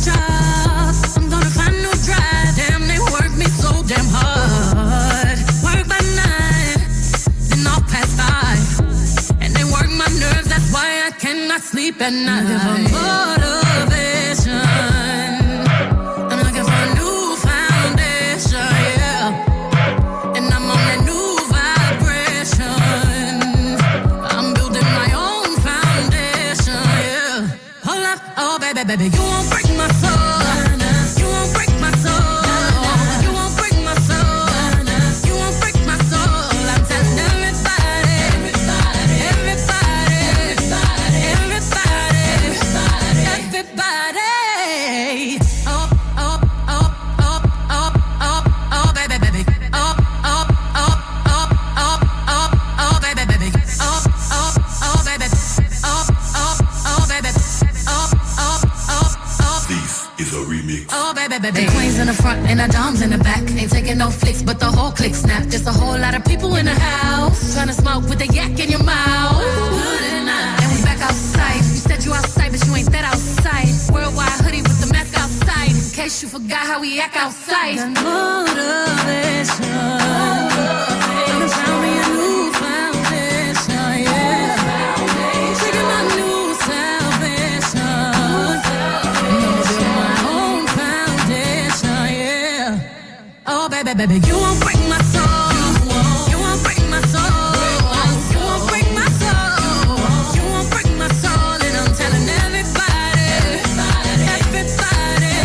job. I'm gonna find a new drive. Damn, they work me so damn hard. Work by 9, then off past 5. And they work my nerves, that's why I cannot sleep at night. Looking for motivation. I'm looking for a new foundation, yeah. And I'm on that new vibration. I'm building my own foundation, yeah. Hold up, oh baby, baby, you won't break my soul. You won't break my soul. You won't break my soul. You won't break my soul. I'm telling everybody, everybody, everybody, everybody, everybody. Oh, oh, oh, oh, oh, oh, oh, baby, baby. Oh, oh, oh, oh, oh, oh, oh, baby, baby. Oh, oh, oh, baby. Oh, oh, oh, baby. Oh, oh, oh, oh. This is a remix. Oh, baby, baby. The queens in the front and the doms in the back. Ain't taking no flicks, but the whole click snap. There's a whole lot of people in the house trying to smoke with the yak in your mouth. And we back outside. You said you outside, but you ain't that outside. Worldwide hoodie with the mask outside. In case you forgot how we act outside. Motivation. I found me a new foundation, yeah. Taking my new salvation. I'm gonna build my own foundation, yeah. Oh, baby, baby, you won't break my soul. You won't break my soul. You won't break my soul. You won't break my soul. And I'm telling everybody, everybody,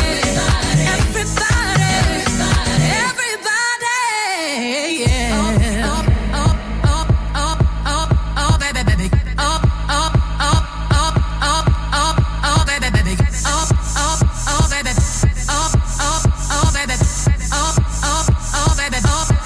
everybody, yeah. Oh, oh, oh, oh, oh, oh, baby, baby. Oh, oh, oh, oh, oh, oh, oh, baby, baby. Oh, oh, oh, baby. Oh, oh, oh, baby. Oh, oh, oh, baby. Oh,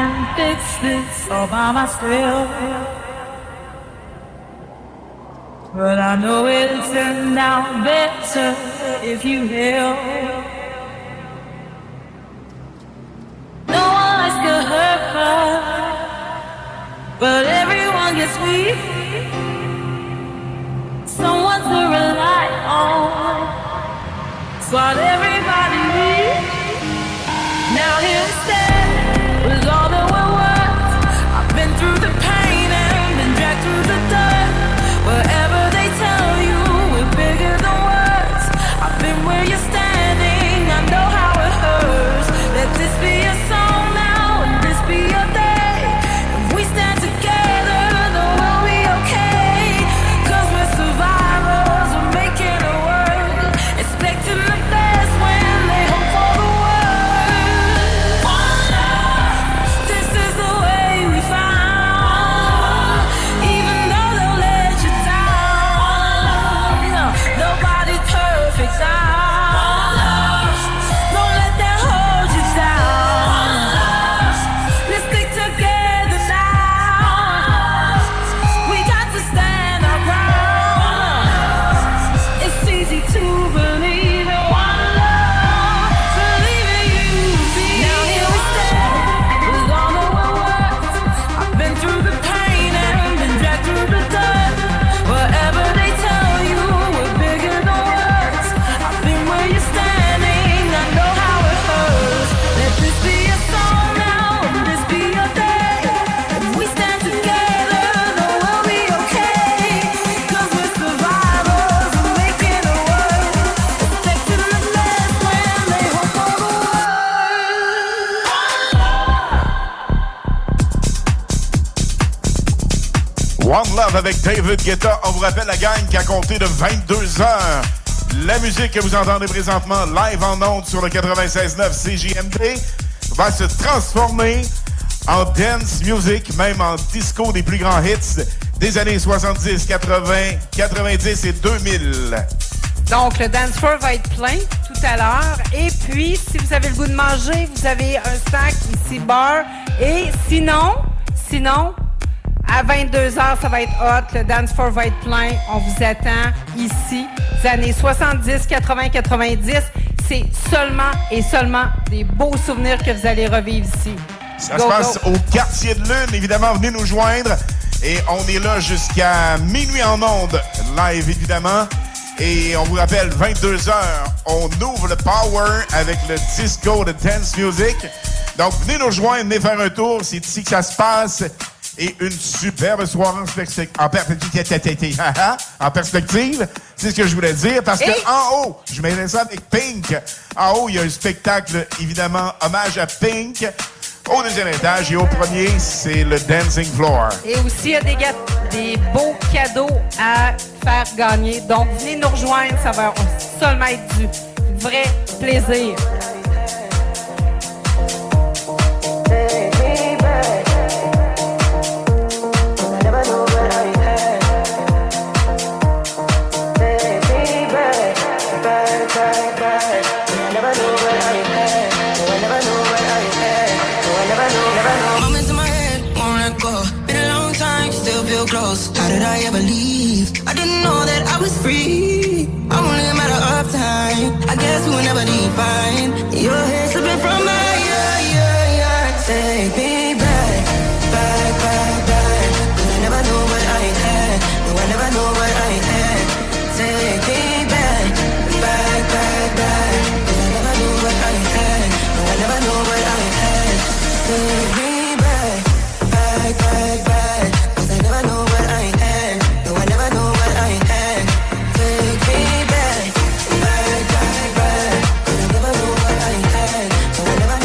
can't fix this all by myself. But I know it'll turn out better if you help. No one likes to hurt her, but everyone gets weak. Someone to rely on. It's what everybody needs. Now here we stand with all that we're worth. I've been through the pain and been dragged through the dirt. Wherever they tell you we're bigger than words, I've been where you're standing. I know how it hurts. Let this be a song now and this be your day. If we stand together, then we'll be okay. 'Cause we're survivors, we're making it work. Expecting the best when they hope for the worst. One love, this is the way we found. Even though they'll let you down, nobody's perfect now. Don't let that hold you down. Let's stick together now. We got to stand our ground. It's easy to believe in one love, believe in you. Now here we stand with all that we're worth. I've been through the pain and been dragged through the dirt. Wherever they tell you we're bigger than words, I've been where you're standing. I know how it hurts. Let this be a song now and this be your day. If we stand together, then we'll be okay. 'Cause we're survivors, we're making it work. Expecting the best when they hope for the One Love avec David Guetta. On vous rappelle la gang qu'à compter de 22h, la musique que vous entendez présentement live en ondes sur le 96.9 CJMD va se transformer en dance music, même en disco des plus grands hits des années 70, 80, 90 et 2000. Donc, le dance floor va être plein tout à l'heure. Et puis, si vous avez le goût de manger, vous avez un snack ici, bar. Et sinon, à 22h, ça va être hot. Le dance floor va être plein. On vous attend ici. Les années 70, 80, 90. C'est seulement et seulement des beaux souvenirs que vous allez revivre ici. Ça se passe au Quartier de Lune. Évidemment, venez nous joindre. Et on est là jusqu'à minuit en ondes. Live, évidemment. Et on vous rappelle, 22h, on ouvre le Power avec le disco de dance music. Donc, venez nous rejoindre, venez faire un tour. C'est ici que ça se passe. Et une superbe soirée en perspective. C'est ce que je voulais dire. Parce que en haut, je mets ça avec Pink. En haut, il y a un spectacle, évidemment, hommage à Pink. Au deuxième étage et au premier, c'est le Dancing Floor. Et aussi, il y a des beaux cadeaux à faire gagner. Donc, venez nous rejoindre. Ça va seulement être du vrai plaisir. Close. How did I ever leave? I didn't know that I was free. I'm only a matter of time. I guess we will never define. Your hair slipping from my take me back, back, back, back. 'Cause I never knew what I had. No, I never knew what I had. Take me back, back, back, back. 'Cause I never knew what I had. No, I never knew what I had. Take me back, back, back, back. Never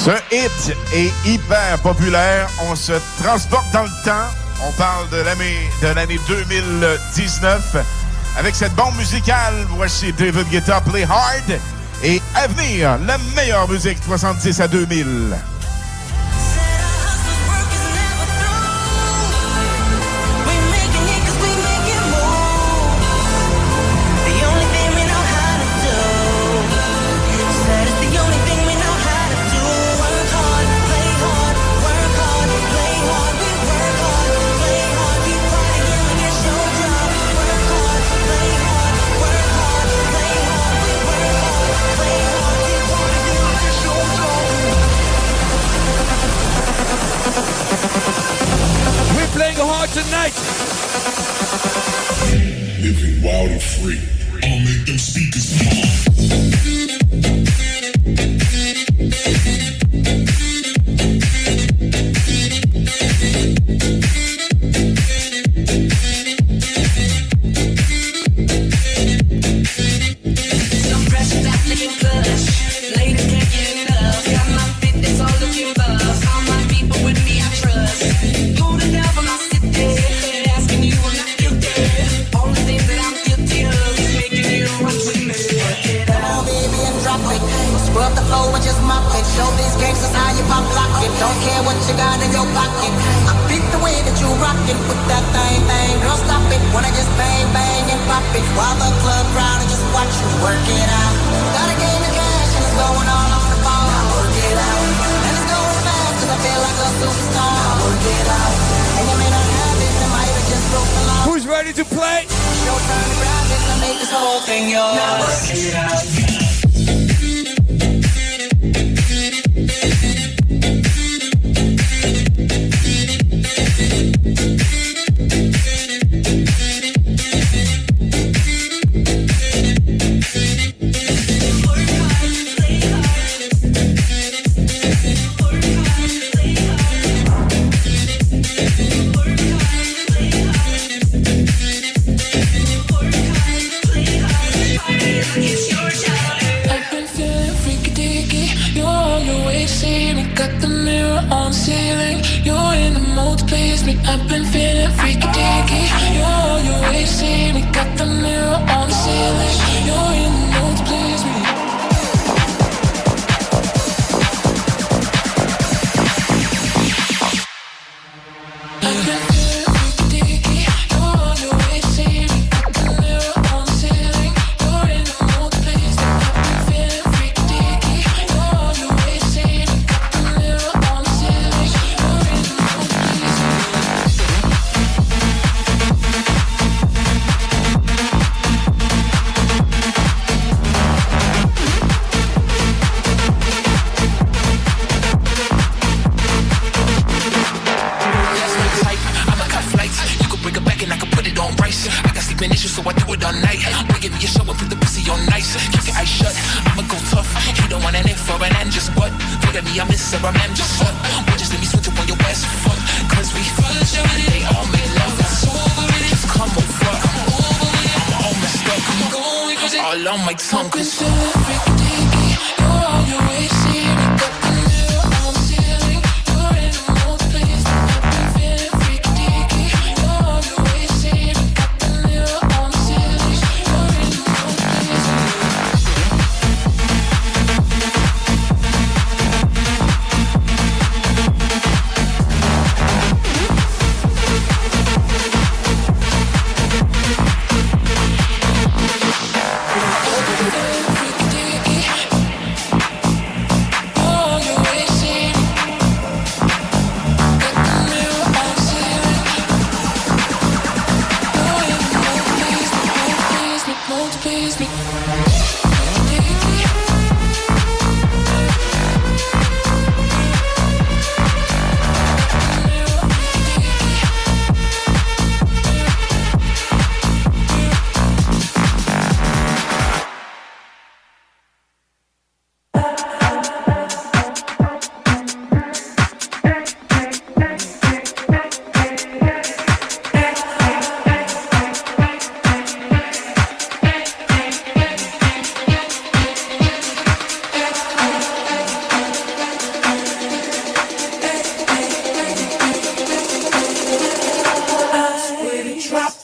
Ce hit est hyper populaire. On se transporte dans le temps. On parle de l'année 2019. Avec cette bombe musicale, voici David Guetta, Play Hard. Et à venir, la meilleure musique 70 à 2000. Tonight. Living wild and free. I'ma make them speakers pop. Some pressure that making push. Ladies can't get enough. Got my fitness all looking buff. All my people with me I trust. Who the devil I sit there asking you I'm not guilty. Only thing that I'm guilty of is making you rock with me. Come on, baby, and drop it. Scrub the floor and just mop it. Show these gangsters how you pop lock it. Don't care what you got in your pocket. I beat the way that you rock it. Put that thing, girl, stop it. Wanna just bang, bang and pop it. While the club crowd and just watch you work it out. Got a game of cash and it's going all on the ball. Now work it out. And it's going fast cause I feel like a superstar. Now work it out. And you may not have it, it might have just broke the law. Who's ready to play? It's your turn to grab it and make this whole thing yours. Now work it out. I've been feeling freaky deaky. You're on your way, see me. Got the mirror on the ceiling. You're in the mood to please me. I've been feeling freaky deaky. You're on your way, see me. Got the mirror on the ceiling. You're in the mood to please me. I've been feeling freaky deaky. You're on your way, see me. Got the mirror on the ceiling. You're in the mood to please me. I've been feeling freaky deaky. You're on your way, see me. Got the mirror on the ceiling. You're in the mood to please I'ma cut flights. You could bring it back and I can put it on rice. I got sleeping issues, so I do it all night. Boy, give me a show and put the pussy on nice. Keep your eyes shut. I'ma go tough. He don't want an in for an end, just what? Forget me, I miss her, I'm just what? Boy, just let me switch up on your best fuck. Cause we they all make love. Just come over. I'm all messed up. All on my tongue. Cause freaky deaky. You're on your way, see me. Got the mirror on the ceiling. You're in the mood to please me. I've been feeling freaky deaky. You're on your way, see me. Got the mirror on the ceiling. You're in the mood to please me.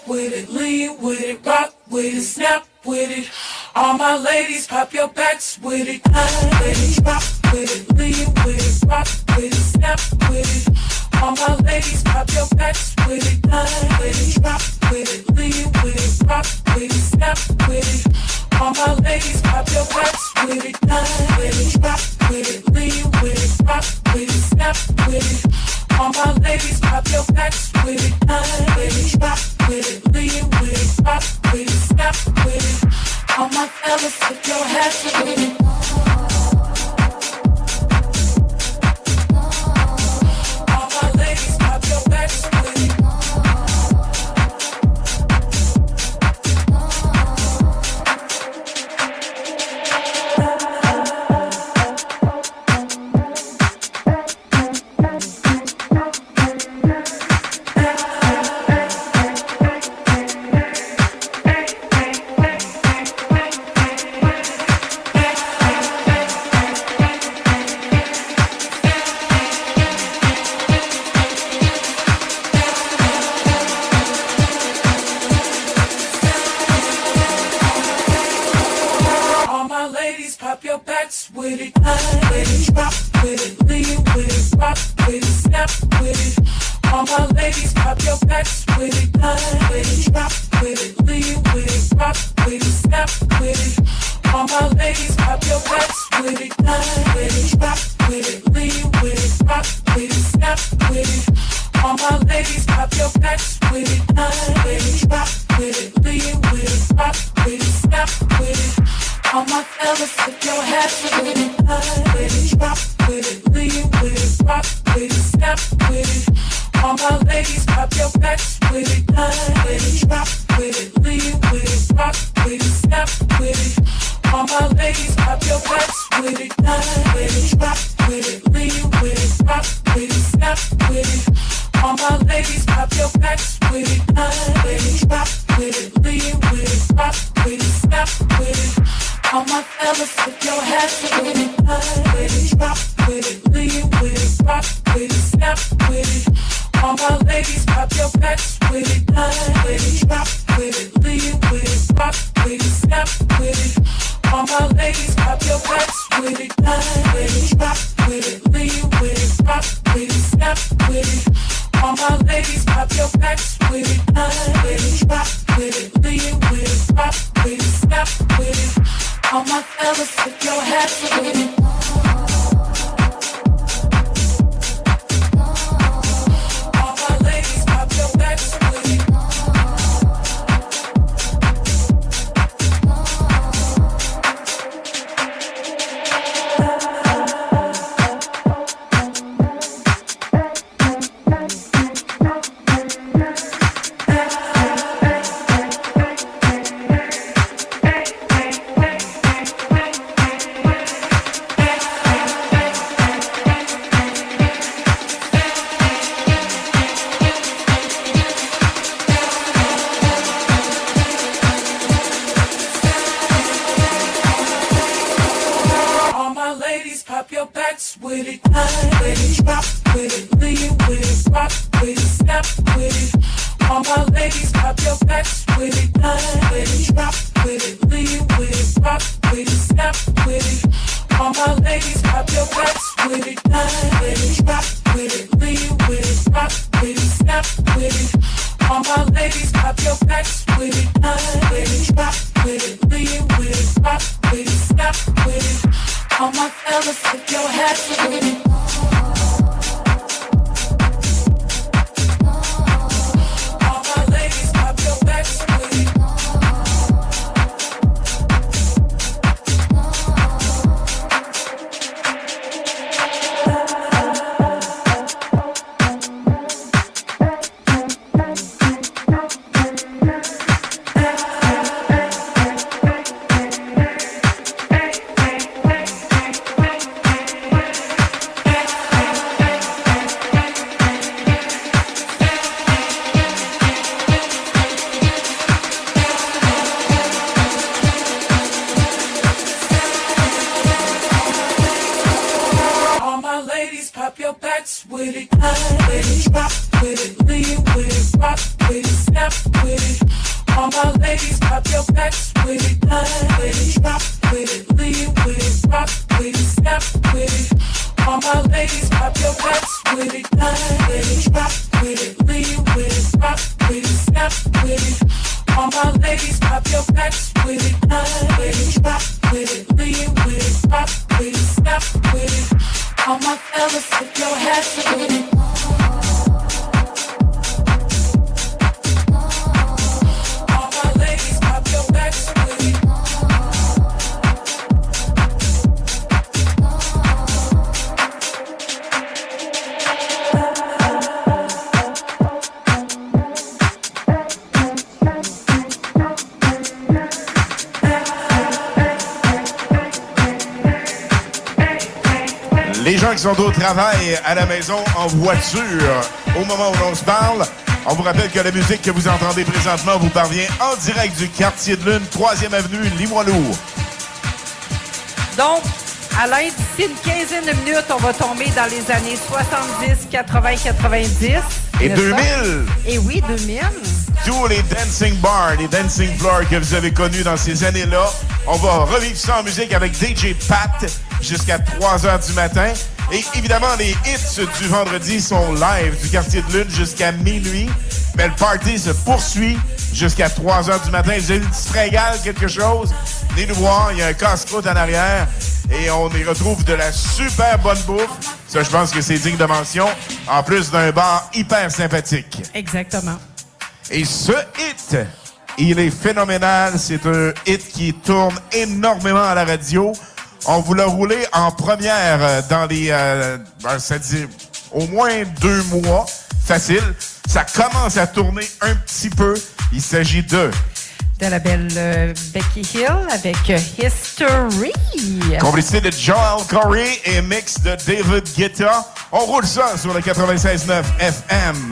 with it, lean with it, rock with it, snap with it. All my ladies, pop your backs with it, climb with it, rock with it, lean with it, rock with it, snap with it. All my ladies, pop your backs with it, climb with it, rock with it, lean with it, rock with it, snap with it. All my ladies, pop your backs with it, climb with it, rock with it, lean with it, rock with it, snap with it. All my ladies, pop your backs with it, climb with it, rock with it, lean with it, rock with it, snap with it. All my fellas, put your hands with it. All my ladies, pop your backs with it. With it, climb with it, rock with it, lean with it, rock with it, snap with it. All my ladies, pop your backs with it, climb with it, rock with it, lean with it, rock with it, snap with it. All my ladies, pop your backs with it, climb with it, rock with it, lean with it, rock with it, snap with it. All my ladies, pop your backs with it, climb with it, rock with it, lean with it, rock with it, snap with it. All my fellas, put your hands with it, climb with it, rock with it, lean with it, rock with it, snap with it. All my ladies, pop your backs with it, climb with it, rock with it, lean with it, rock with it, snap with it. All my ladies, pop your backs with it, climb with it, rock with it, lean with it, rock with it, snap with it. All my ladies, pop your backs with it, climb with it, rock with it, lean with it, rock with it, snap with it. All my fellas, put your hands with it, climb with it, rock with it, lean with it, rock with it, snap with it. All my ladies, pop your backs with it, climb with it, rock with it, lean with it, rock with it, snap with it. All my ladies, pop your backs with it, climb with it, rock with it, lean with it, rock with it, snap with it. All my ladies, pop your backs with it, climb with it, rock with it, lean with it, rock with it, snap with it. All my fellas, put your hands with it. All my ladies, pop your backs with it. With it, climb with it, rock with it, lean with it, rock with it, snap with it. All my ladies, pop your backs with it, climb with it, rock with it, lean with it, rock with it, snap with it. All my ladies, pop your backs with it, climb with it, rock with it, lean with it, rock with it, snap with it. All my ladies, pop your backs with it, climb with it, rock with it, lean with it, rock with it, snap with it. All my fellas, put your hands with it. All my ladies, pop your backs with it. with it, climb with it, rock with it, lean with it, rock with it, snap with it. it. All my ladies, pop your backs with it. Line with it, drop with it, lean with it, rock with it, snap with it. All my ladies, pop your backs with it. Line with it, drop with it, lean with it, rock with it, snap with it. All my ladies, pop your backs with it. Line with it, drop with it, lean with it, rock with it, snap with it. All my fellas, put your hats with it. All my ladies, pop your backs with it. Les gens qui sont au travail, à la maison, en voiture, au moment où l'on se parle, on vous rappelle que la musique que vous entendez présentement vous parvient en direct du quartier de Lune, 3e avenue, Limoilou. Donc, Alain, d'ici une quinzaine de minutes, on va tomber dans les années 70, 80, 90. Et 2000! Et oui, 2000. Tous les dancing bars, les dancing floors que vous avez connus dans ces années-là. On va revivre ça en musique avec DJ Pat jusqu'à 3h du matin. Et évidemment, les hits du vendredi sont live du quartier de Lune jusqu'à minuit. Mais le party se poursuit jusqu'à 3h du matin. Vous avez une petite fringale, quelque chose? Venez nous voir, il y a un casse-croûte en arrière. Et on y retrouve de la super bonne bouffe. Ça, je pense que c'est digne de mention. En plus d'un bar hyper sympathique. Exactement. Et ce hit, il est phénoménal. C'est un hit qui tourne énormément à la radio. On vous l'a roulé en première dans les... ça dit au moins 2 mois. Facile. Ça commence à tourner un petit peu. Il s'agit de la belle Becky Hill avec History. Complicité de Joel Corey et mix de David Guetta. On roule ça sur le 96.9 FM.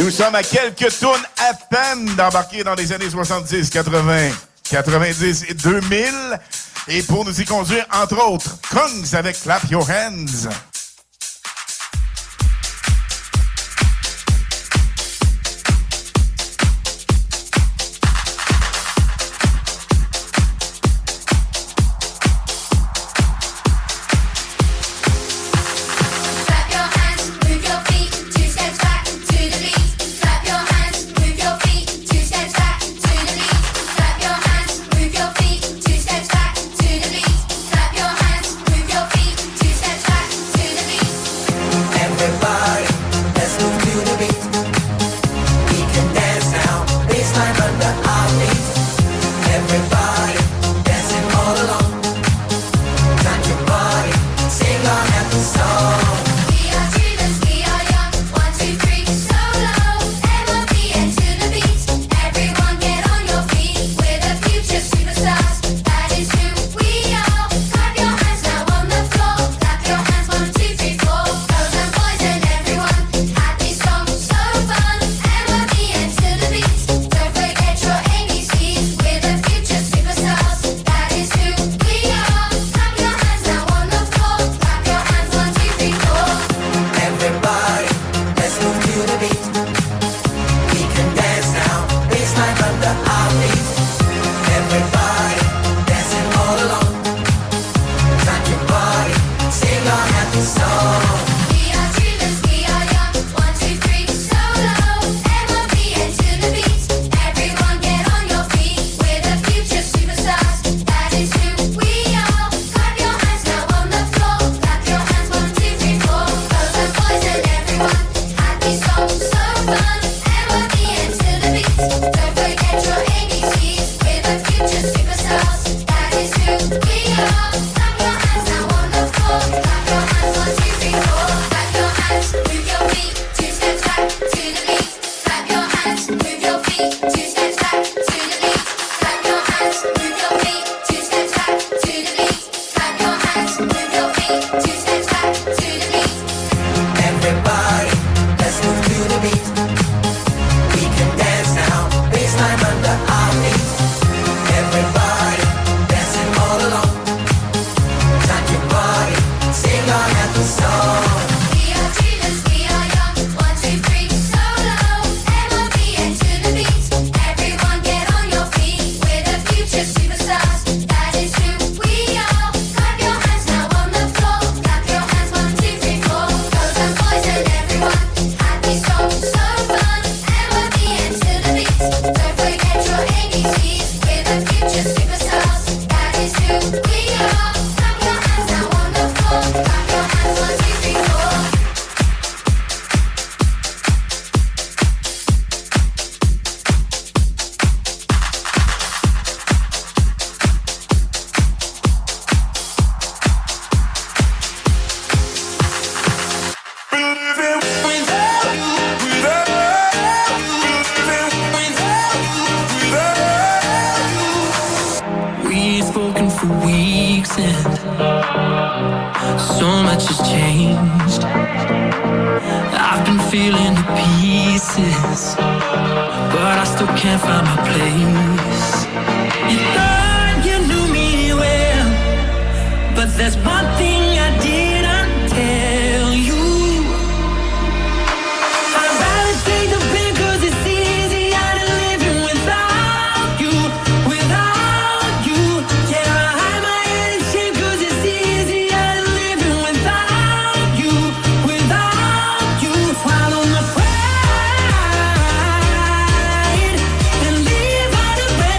Nous sommes à quelques tournes à peine d'embarquer dans les années 70, 80, 90 et 2000. Et pour nous y conduire, entre autres, Kungs avec Clap Your Hands.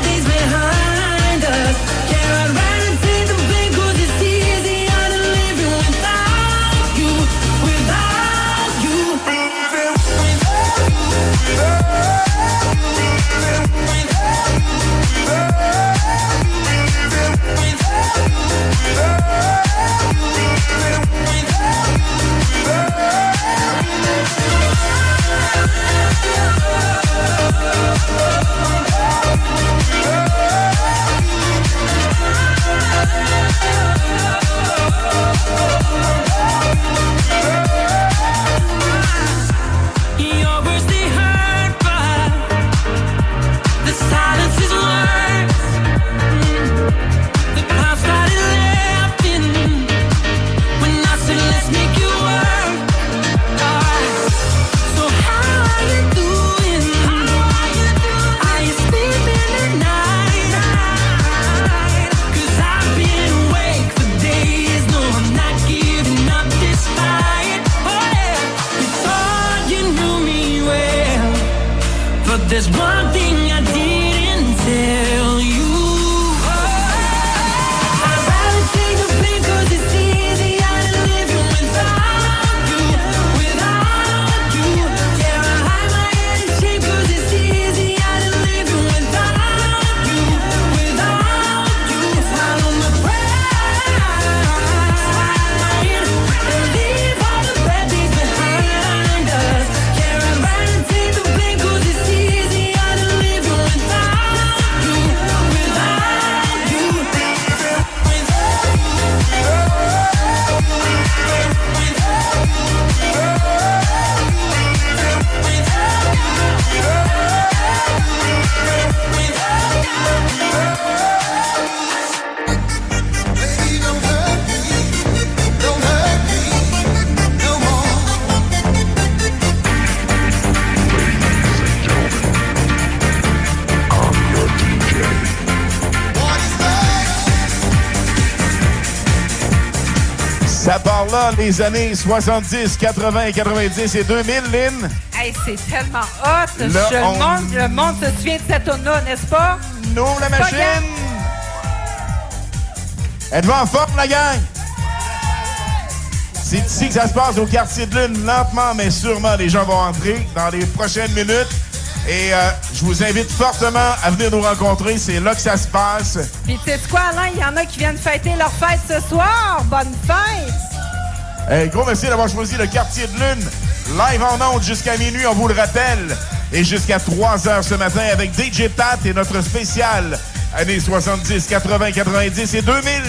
Living one thing I didn't tell you. I'd rather take the blame 'cause it's easier than living without you, without you. Yeah, I hide my head in shame 'cause it's easier than living without you, without you. Swallow my pride and leave all the bad things behind us. Yeah, I'd rather take the blame 'cause it's easier than living without you, without you. Ça part là, les années 70, 80, 90 et 2000, Lynn. Hey, c'est tellement hot. Là, Le monde se souvient de cette tune-là, n'est-ce pas? Nous, la machine. Êtes-vous en forme, la gang? C'est ici que ça se passe au quartier de Lune, lentement mais sûrement. Les gens vont entrer dans les prochaines minutes. Et je vous invite fortement à venir nous rencontrer. C'est là que ça se passe. Puis tu sais quoi, Alain? Il y en a qui viennent fêter leur fête ce soir. Bonne fête! Hey, gros merci d'avoir choisi le quartier de Lune. Live en ondes jusqu'à minuit, on vous le rappelle. Et jusqu'à 3h ce matin avec DJ Pat et notre spécial années 70, 80, 90 et 2000.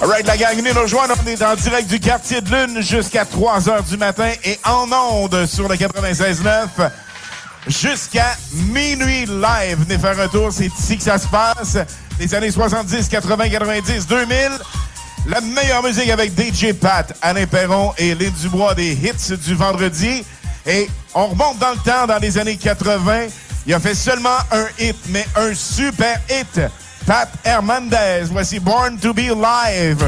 Alright, la gang, venez nous rejoindre. On est en direct du quartier de Lune jusqu'à 3h du matin et en ondes sur le 96.9 jusqu'à minuit live. Venez faire un tour, c'est ici que ça se passe. Les années 70, 80, 90, 2000. La meilleure musique avec DJ Pat, Alain Perron et Lynn Dubois, des hits du vendredi. Et on remonte dans le temps, dans les années 80. Il a fait seulement un hit, mais un super hit. Pat Hernandez, voici Born to be Live.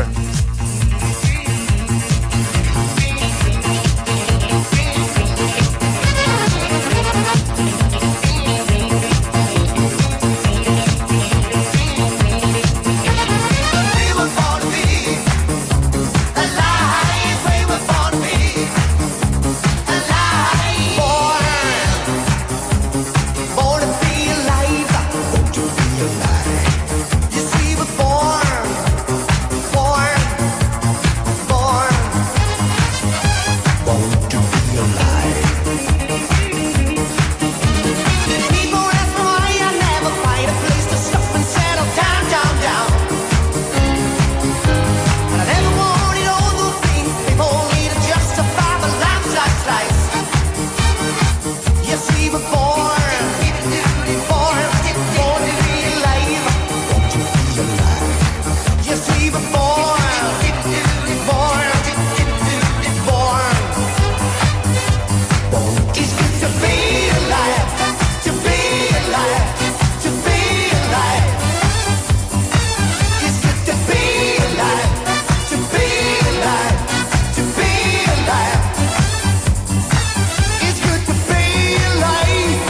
Alive.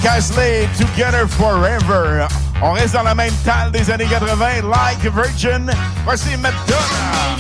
Rick Astley, Together Forever. On reste dans la même talle des années 80, Like a Virgin. Voici Madonna.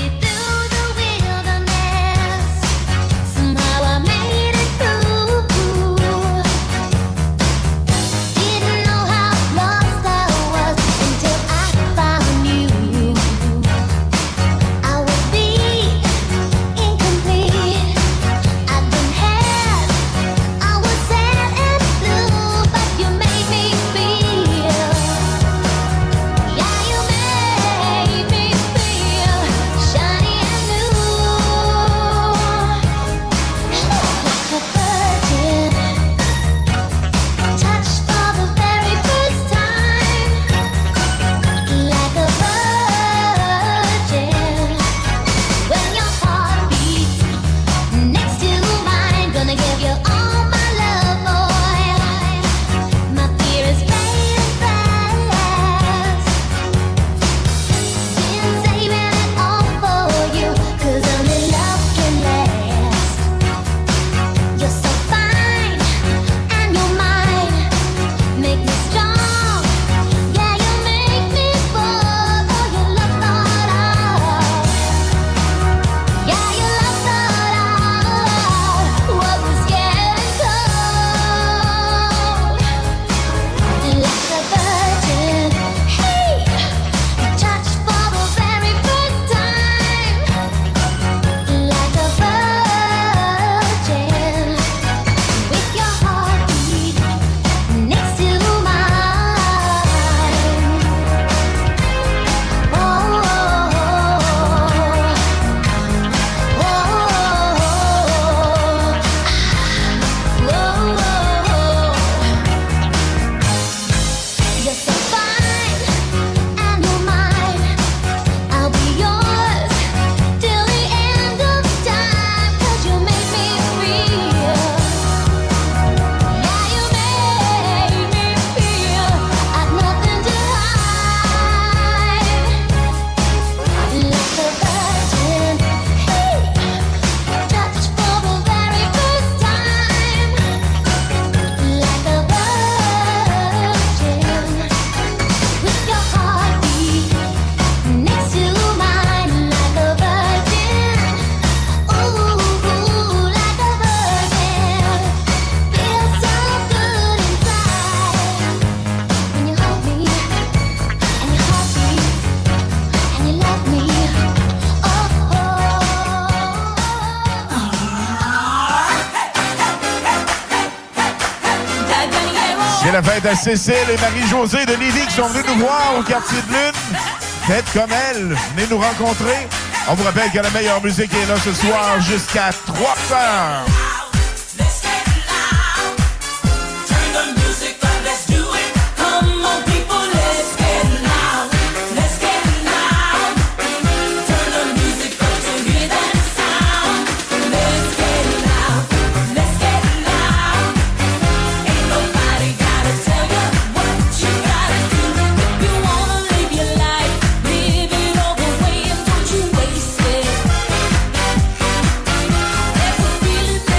La fête à Cécile et Marie-Josée de Lévis qui sont venus nous voir au quartier de Lune. Faites comme elle, venez nous rencontrer. On vous rappelle que la meilleure musique est là ce soir jusqu'à 3h. Feeling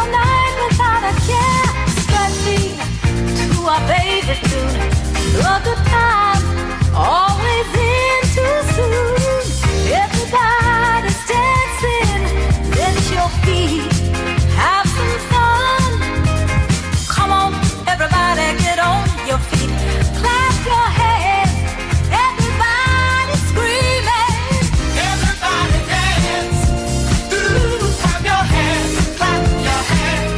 night without a care. Strutting to our favorite tune. All the time, always in too soon. Everybody's dancing. Let your feet have some fun. Come on, everybody, get on your feet. Clap your hands. Everybody screaming. Everybody dance. Ooh, clap your hands, clap your hands.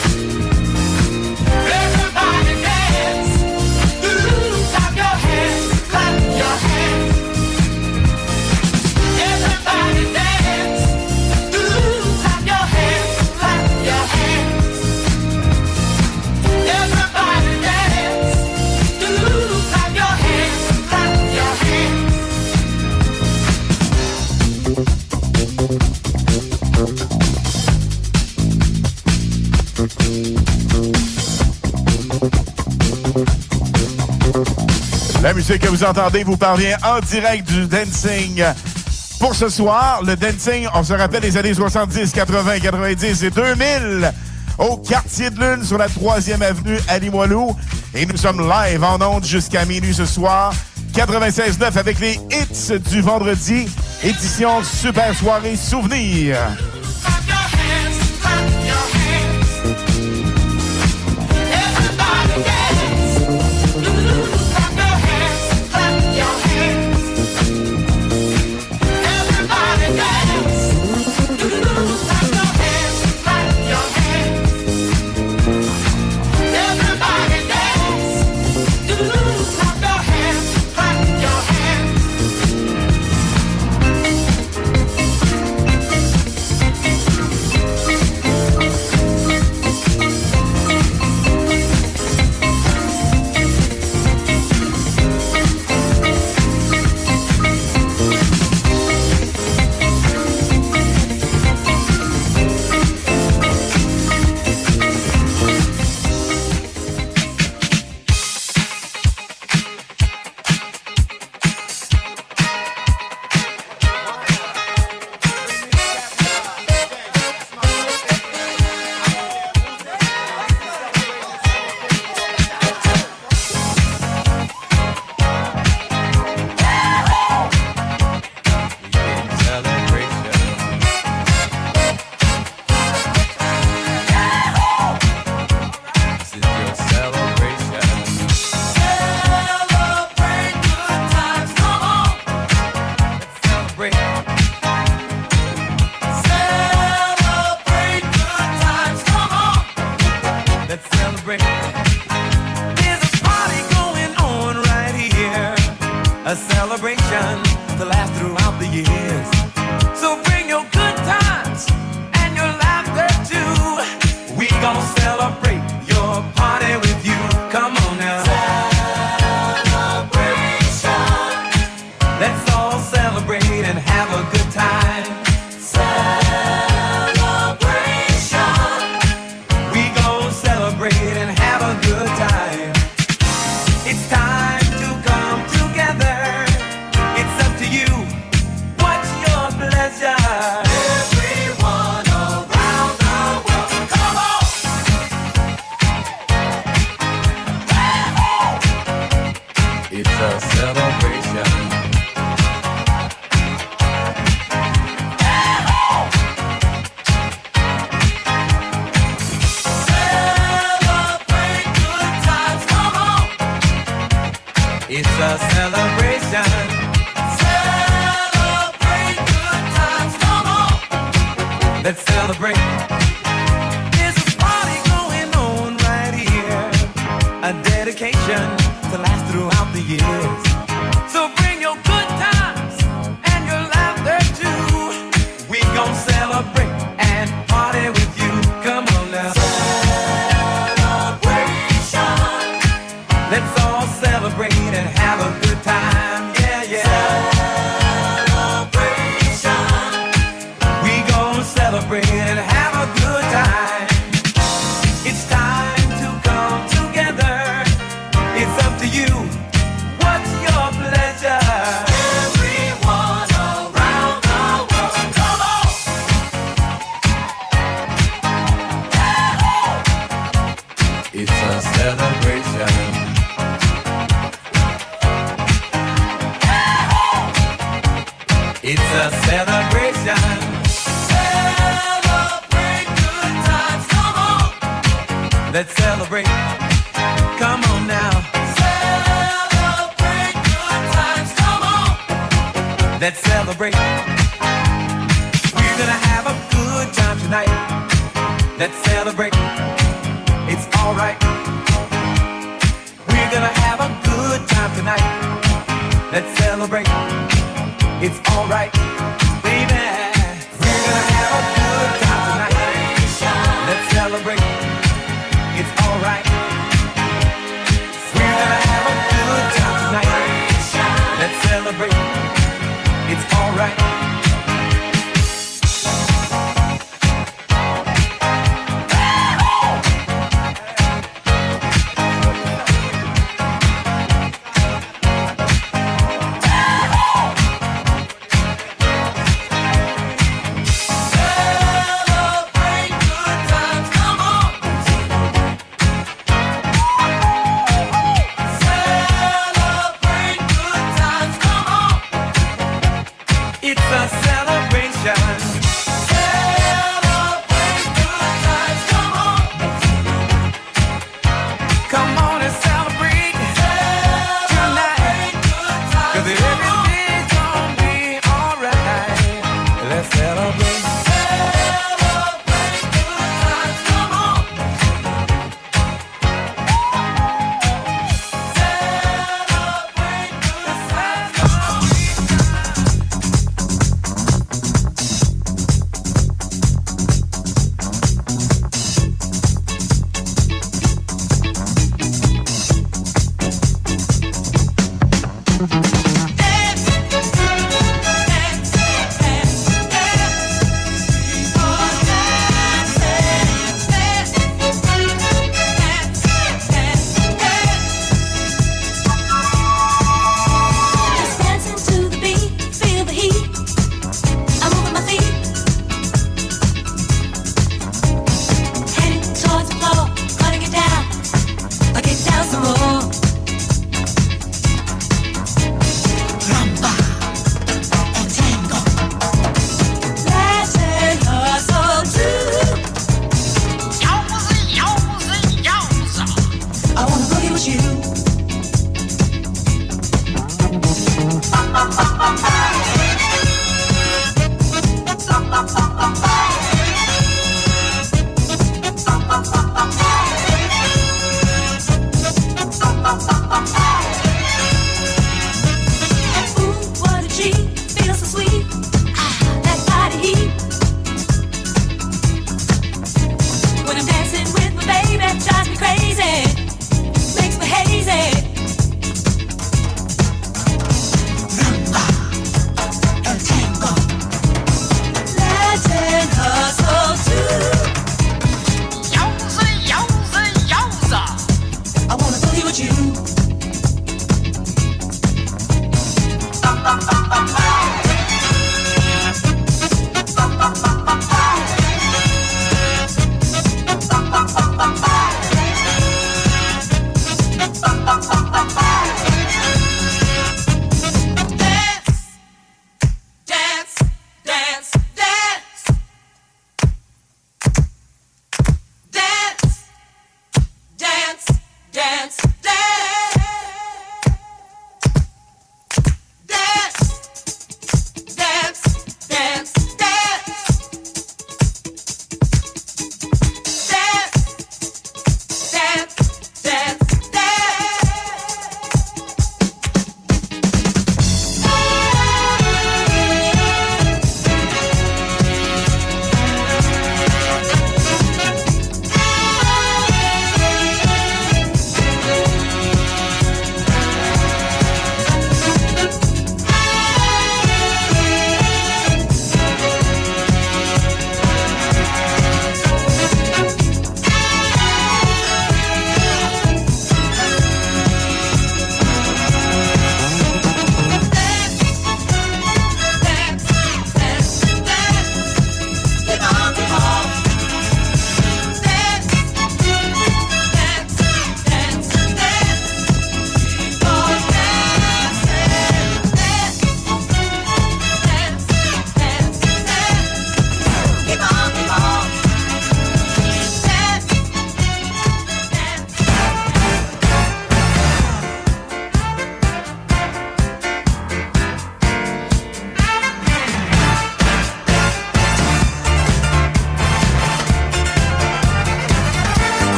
Everybody dance. Ooh, clap your hands, clap your hands. Everybody dance. Ooh, clap your hands, clap your hands. Everybody dance. Ooh, clap your hands, clap your hands. La musique que vous entendez vous parvient en direct du dancing. Pour ce soir, le dancing, on se rappelle les années 70, 80, 90 et 2000 au Quartier de Lune sur la 3e avenue à Limoilou. Et nous sommes live en ondes jusqu'à minuit ce soir. 96.9 avec les hits du vendredi. Édition Super Soirée Souvenir. A celebration to last throughout the years. So bring your good times and your laughter too. We gon' celebrate your party with you. Come on now. Celebration. Let's all celebrate and have a good time. Celebration. We gon' celebrate and have a good time. It's time to come together. It's up to you. What's your pleasure? Everyone around the world, come on! It's a celebration. Celebrate good times, come on! It's a celebration. Celebrate good times, come on! Let's celebrate. There's a party going on right here. A dedication to last throughout the years. So bring your good times and your laughter too. We gon' celebrate and party with you. Come on now. Celebration. Let's all celebrate and have a good time. Yeah, yeah. Celebration. We gon' celebrate and have a good time. It's time to come together. It's up to you. What's your pleasure? Everyone around the world, come on! Let's celebrate. Come on now. Celebrate good times. Come on. Let's celebrate. We're gonna have a good time tonight. Let's celebrate. It's alright. We're gonna have a good time tonight. Let's celebrate. It's alright. Baby, we're gonna have a good time tonight. Let's celebrate. It's alright. We're gonna have a good time tonight. Let's celebrate. It's alright.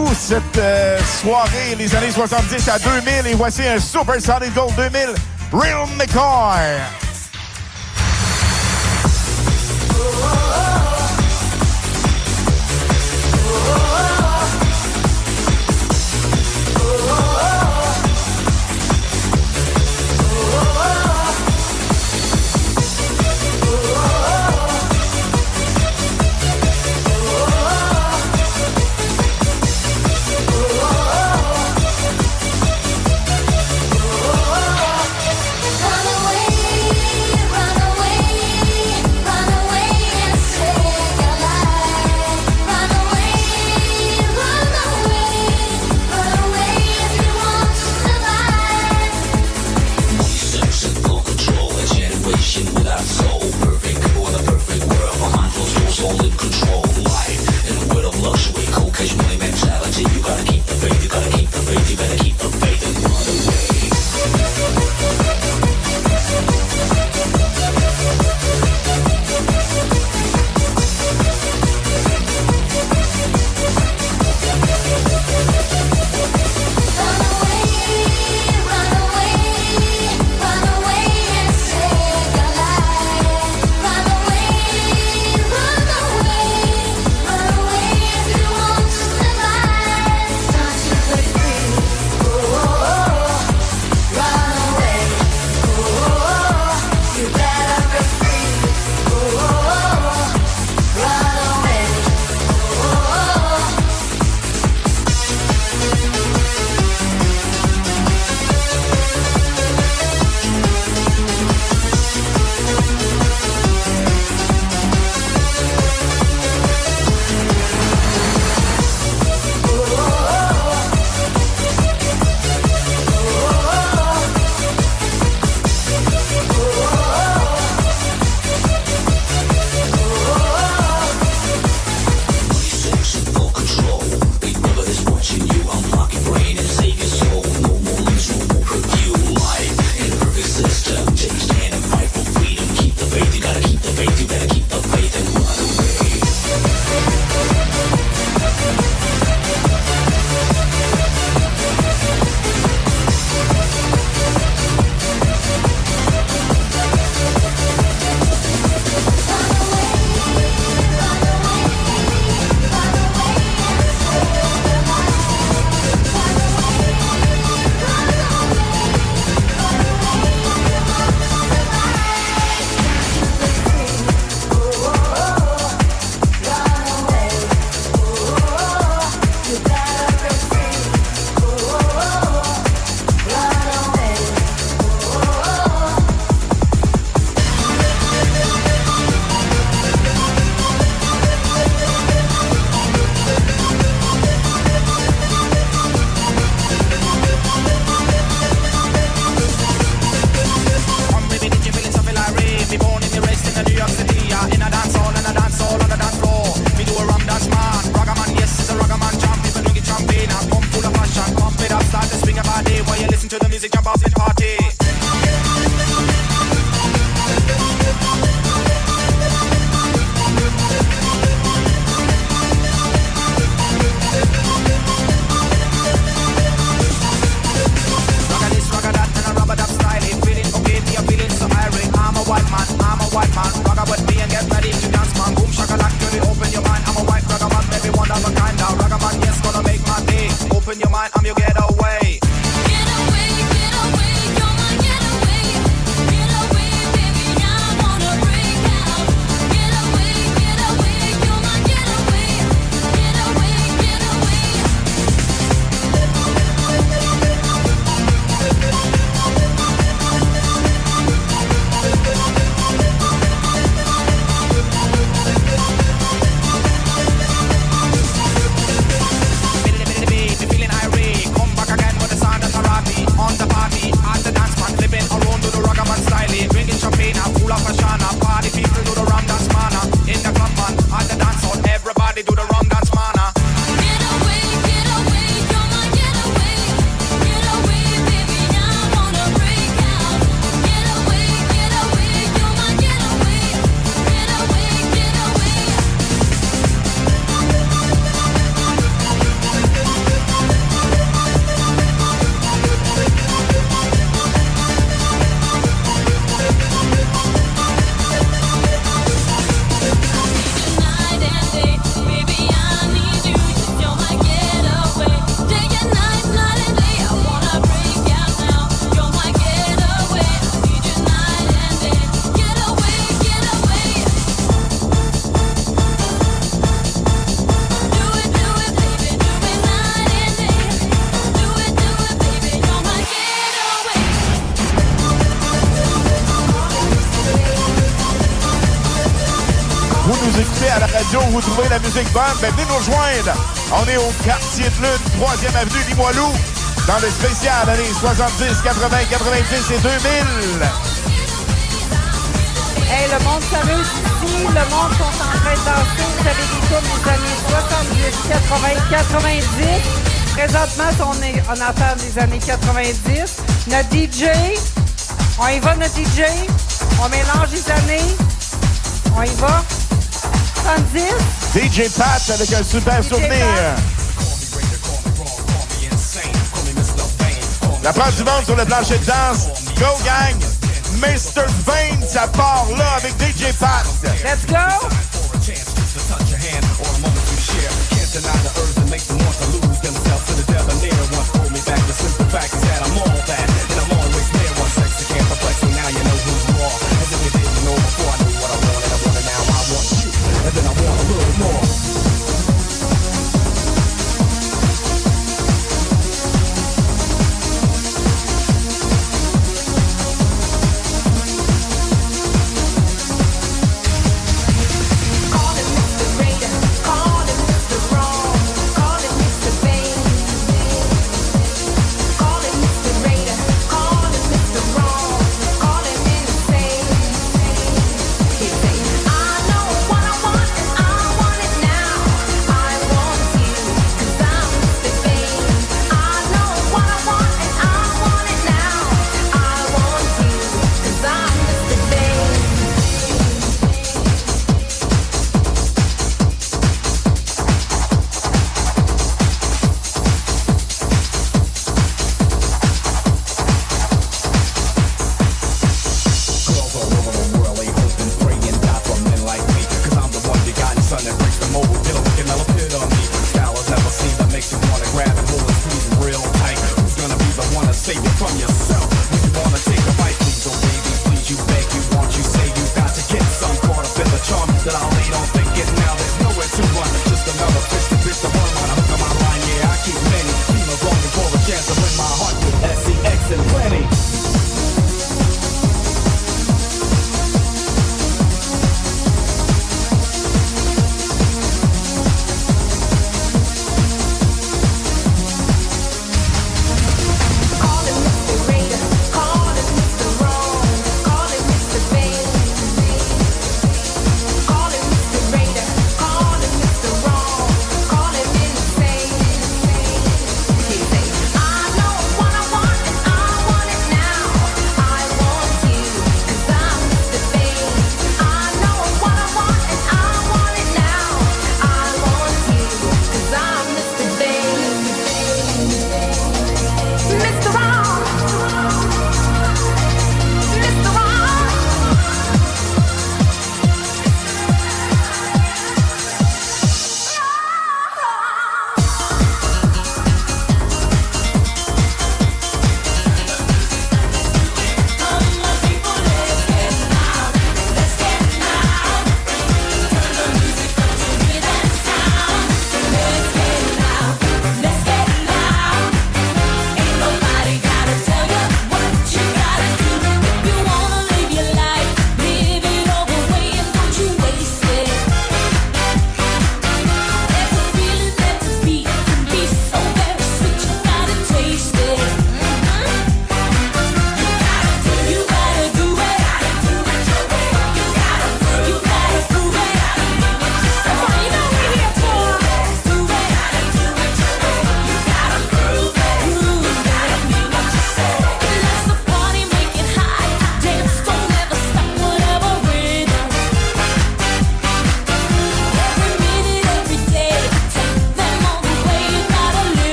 tout cette soirée, les années 70 à 2000. Et voici un Super Solid Gold 2000, Real McCoy. Come à la radio où vous trouvez la musique bonne, ben venez nous rejoindre. On est au quartier de Lune, 3e avenue Limoilou, dans le spécial années 70, 80, 90 et 2000. Hey, le monde s'amuse ici, le monde sont en train de danser. Vous avez des tours des années 70, 80, 90. Présentement, on entend des années 90. Notre DJ, on y va notre DJ. On mélange les années. On y va. 70. DJ Pat avec un super souvenir. La part du monde sur le plancher de danse. Go gang! Mr. Vane, ça part là avec DJ Pat. Let's go!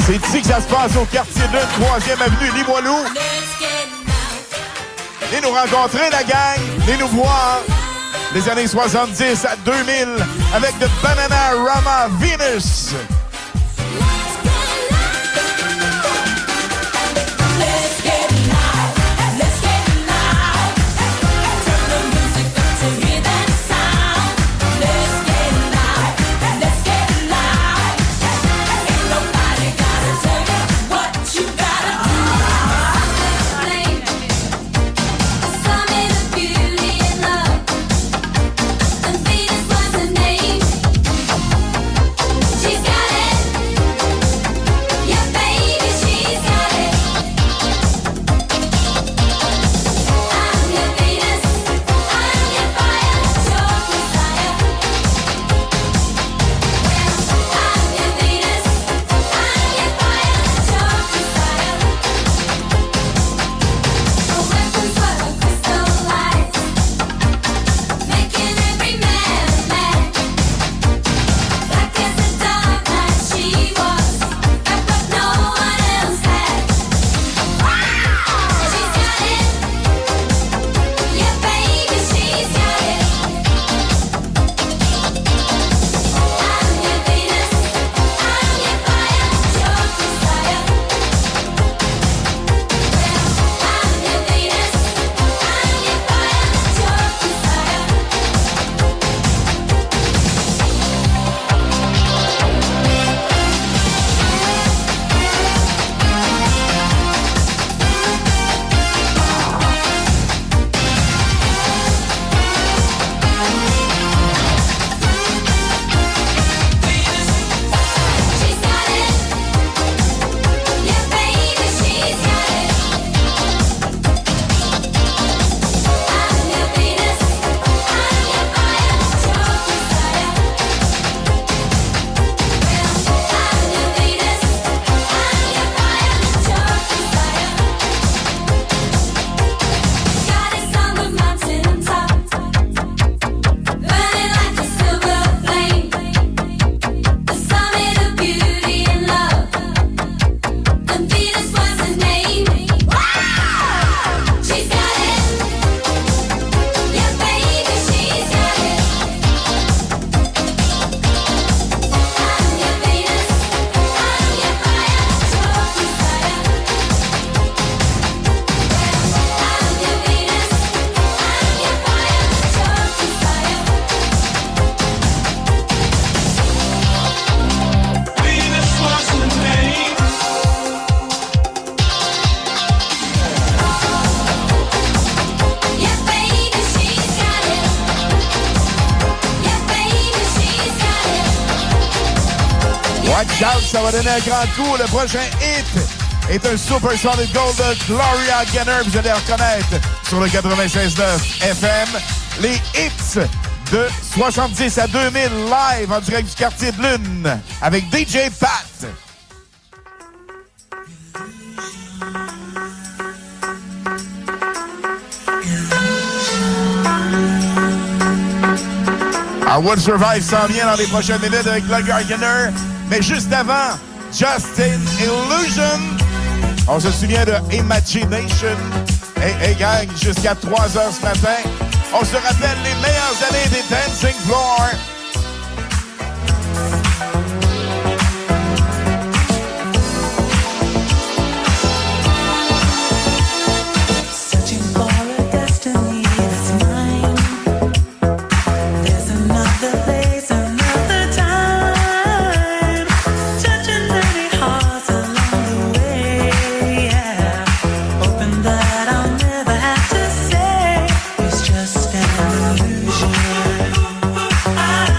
C'est ici que ça se passe au quartier de 3e Avenue Limoilou. Venez nous rencontrer, la gang. Venez nous voir. Les années 70 à 2000 avec The Bananarama Venus. Ça va donner un grand coup. Le prochain hit est un Supersonic Gold de Gloria Gaynor. Vous allez reconnaître sur le 96.9 FM les hits de 70 à 2000 live en direct du quartier de Lune avec DJ Pat. I Would Survive s'en vient dans les prochaines minutes avec Gloria Gaynor. Mais juste avant, Justin Illusion. On se souvient de Imagination. Hey gang, jusqu'à 3h ce matin, on se rappelle les meilleures années des Dancing Floor. I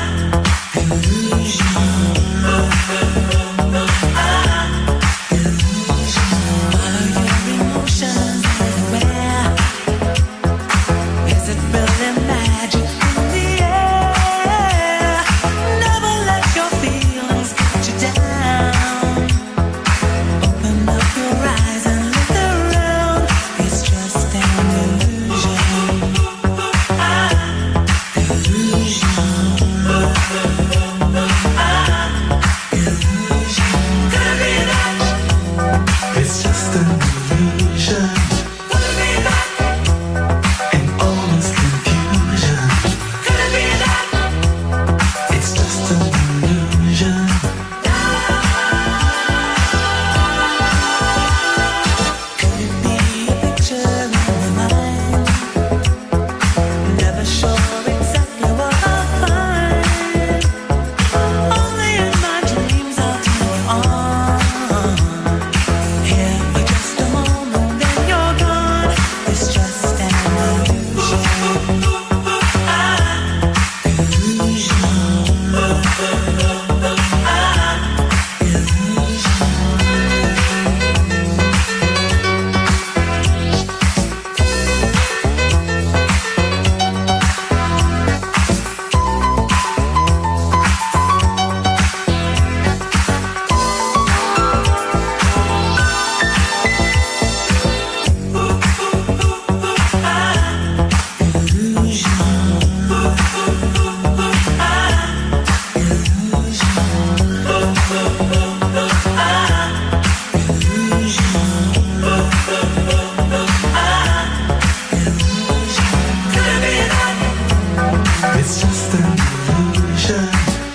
It's just an illusion.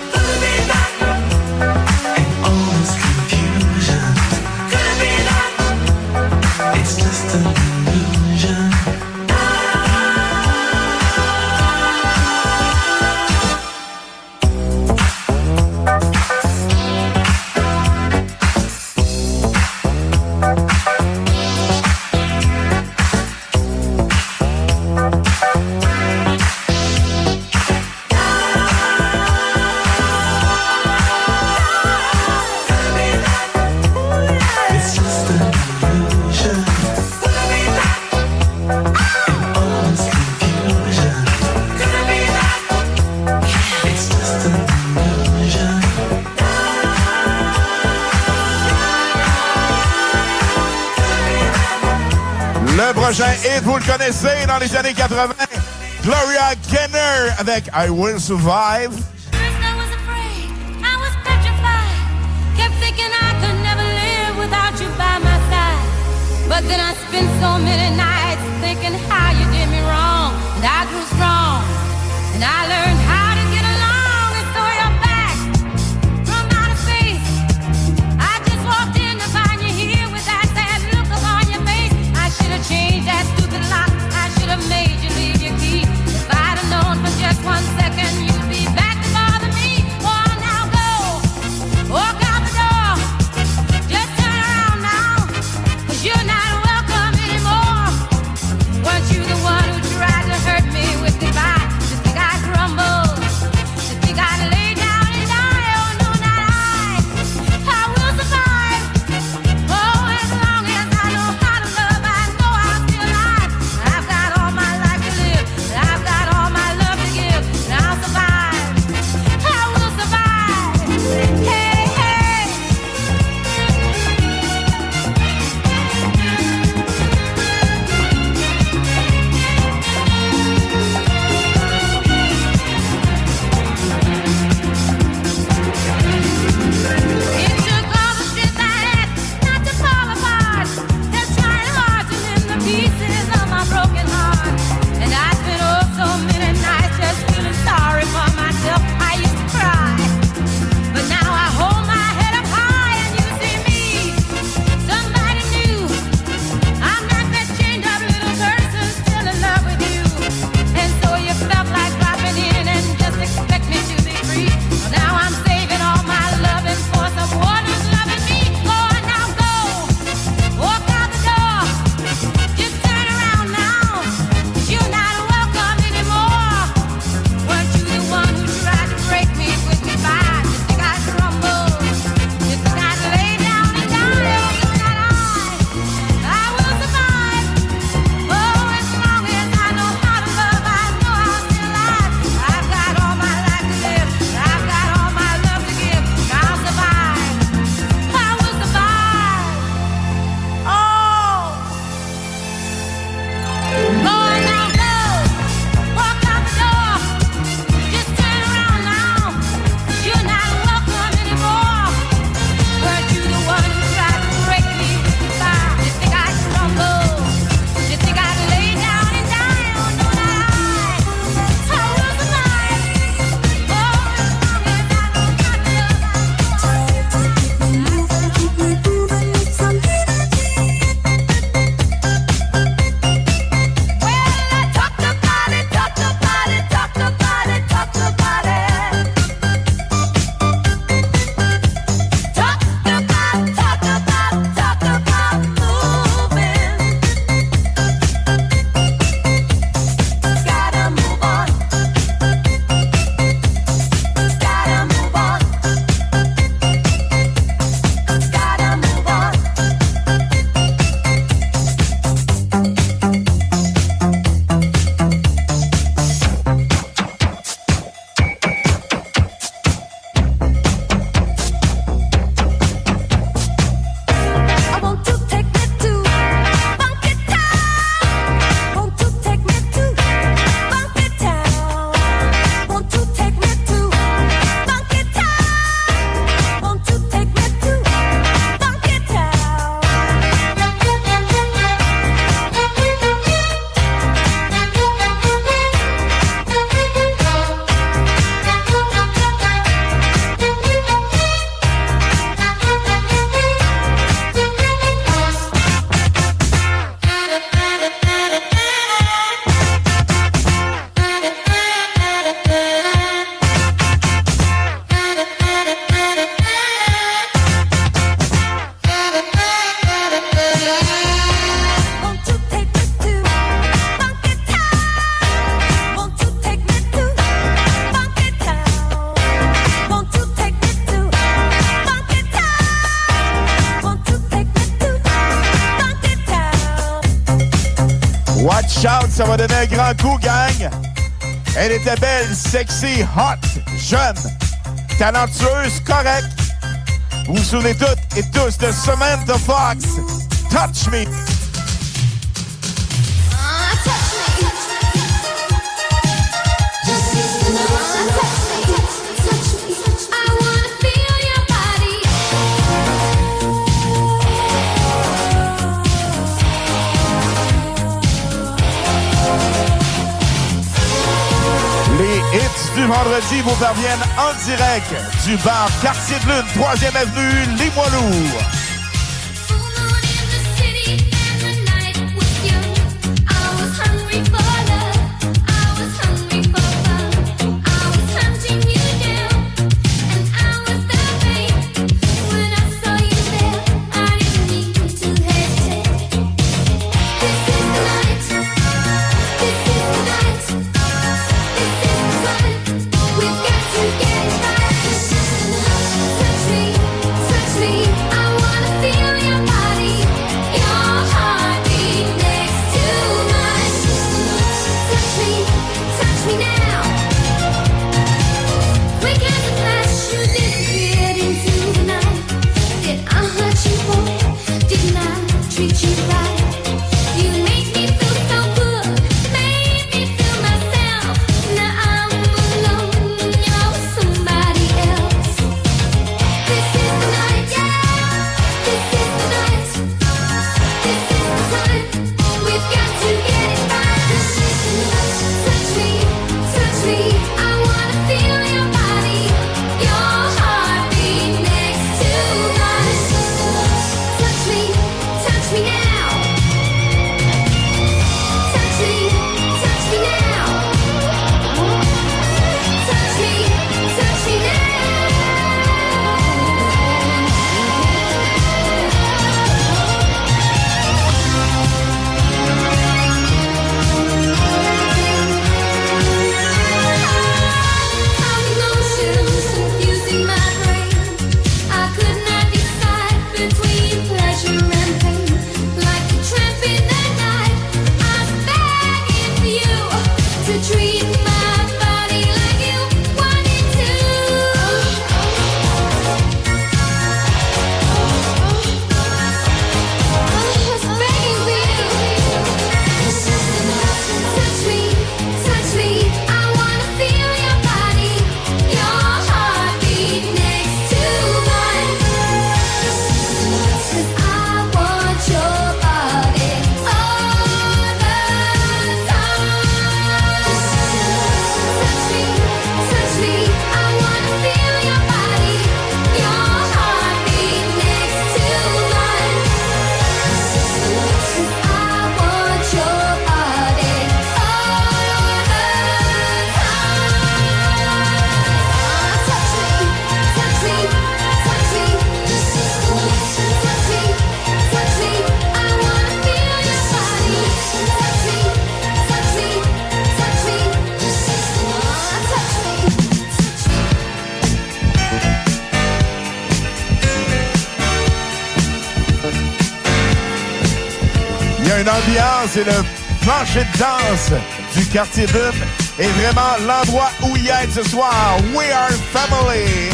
And all this confusion. It's just an illusion. It's just an illusion. And all this confusion. It's just an illusion. Le prochain hit, vous le connaissez, dans les années 80. Gloria Gaynor avec I Will Survive. I was afraid, I was petrified. Kept thinking I could never live without you by my side. But then I spent so many nights thinking how you did me wrong. And I grew strong, and I learned how to get along. And so you're back from outer space. I just walked in to find you here with that sad look upon your face. I should have changed that stupid lock. I should have made you leave your key. If I'd have known for just 1 second you'd be back to bother me. Oh, now go, walk out the door. Just turn around now, 'cause you're not welcome anymore. Weren't you the one who tried to hurt me with goodbye? Just think I'd crumble Shout, ça va donner un grand coup, gang. Elle était belle, sexy, hot, jeune, talentueuse, correcte. Vous vous souvenez toutes et tous de Samantha Fox. Touch Me. Les hits du vendredi vous parviennent en direct du bar Quartier de Lune, 3e avenue, Limoilou. Une ambiance et le plancher de danse du Quartier de Lune est vraiment l'endroit où y être ce soir. We are family.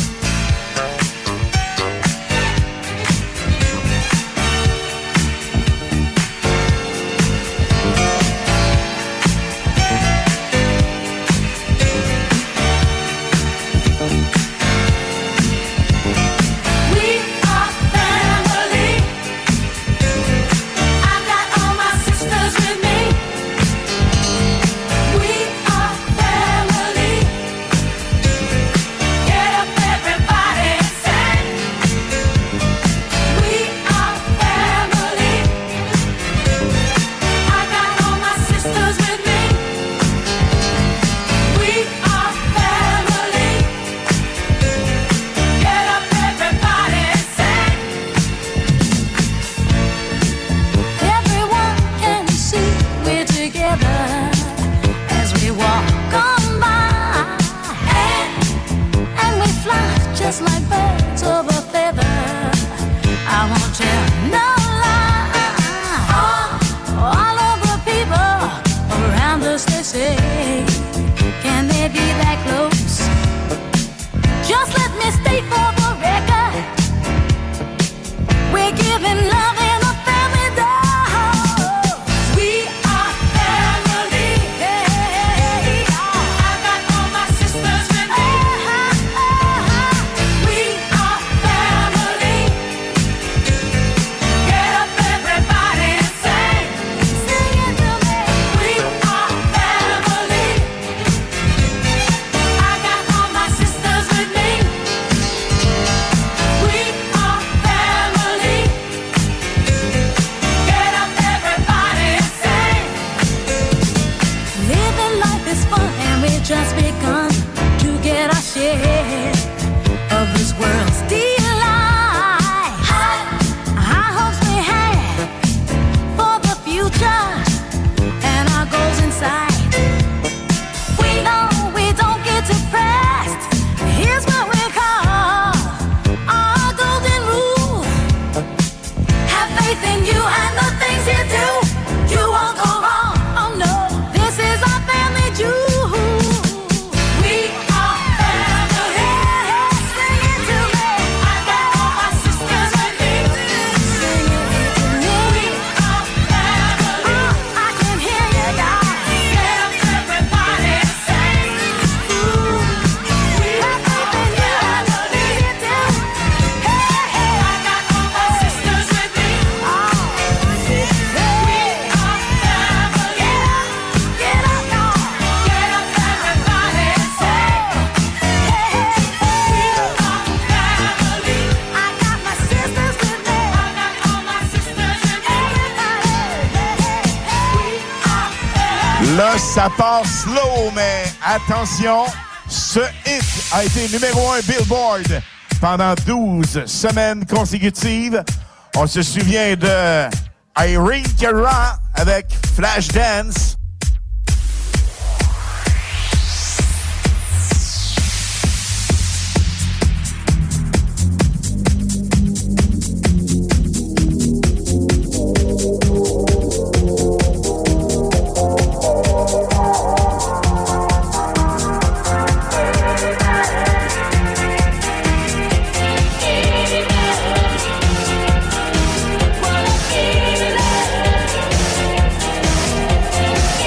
Get up, everybody. faith in you and the things you do. You won't go wrong. Oh no, this is our family jewel. We are family. Sing it to me. I got all my sisters with me. Sing it to me. We are family. I can hear you, y'all. Get up, everybody, sing. We have faith in you and the things you do. Hey, hey, I got all my sisters with me. We are family. Get up, y'all. Get up, everybody, sing. Hey, hey, we are family. I got my sisters with me. I got all my sisters with me. Là, ça part slow, mais attention, ce hit a été numéro 1 Billboard pendant 12 semaines consécutives. On se souvient de Irene Cara avec Flashdance. Hey,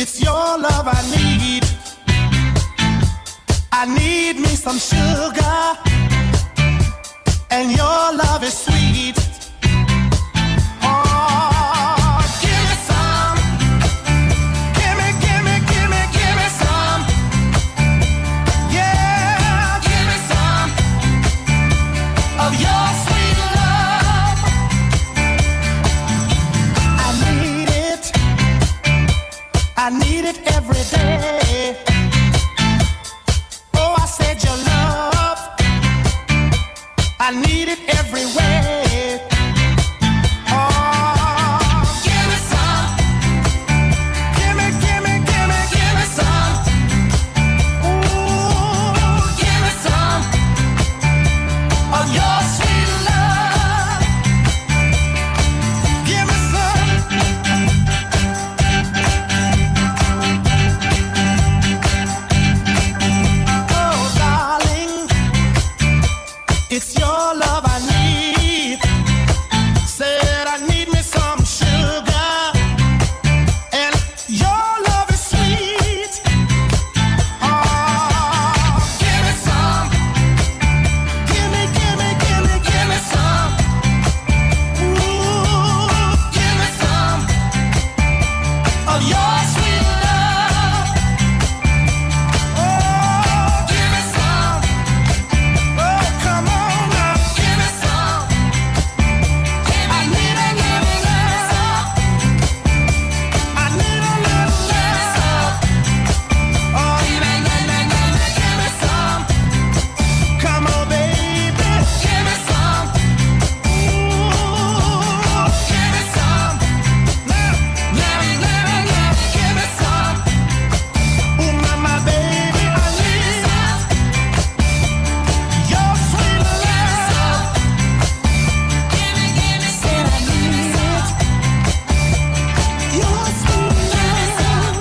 It's your love I need. I need me some sugar, and your love is sweet. Oh, give me some. Give me, give me, give me, give me some. Yeah, give me some of your sweet love. I need it every day. Oh, I said your love, I need it every way. Oh, give me some. Give me, give me, give me, give me some. Ooh, give me some of your sweet love. Give me some. Oh, darling, it's your love I need. Said I need me some sugar, and your love is sweet. Oh, give me some. Give me, give me, give me, give me some. Ooh, give me some of your sweet love. Oh, give me some. Oh, come on now, give me some. I need a little love. I need a little love. Oh, give me some. Come on, baby, give me some. Ooh, give me some. Give me some. Ooh, my baby, I need your sweet love. Said I need your sweet love.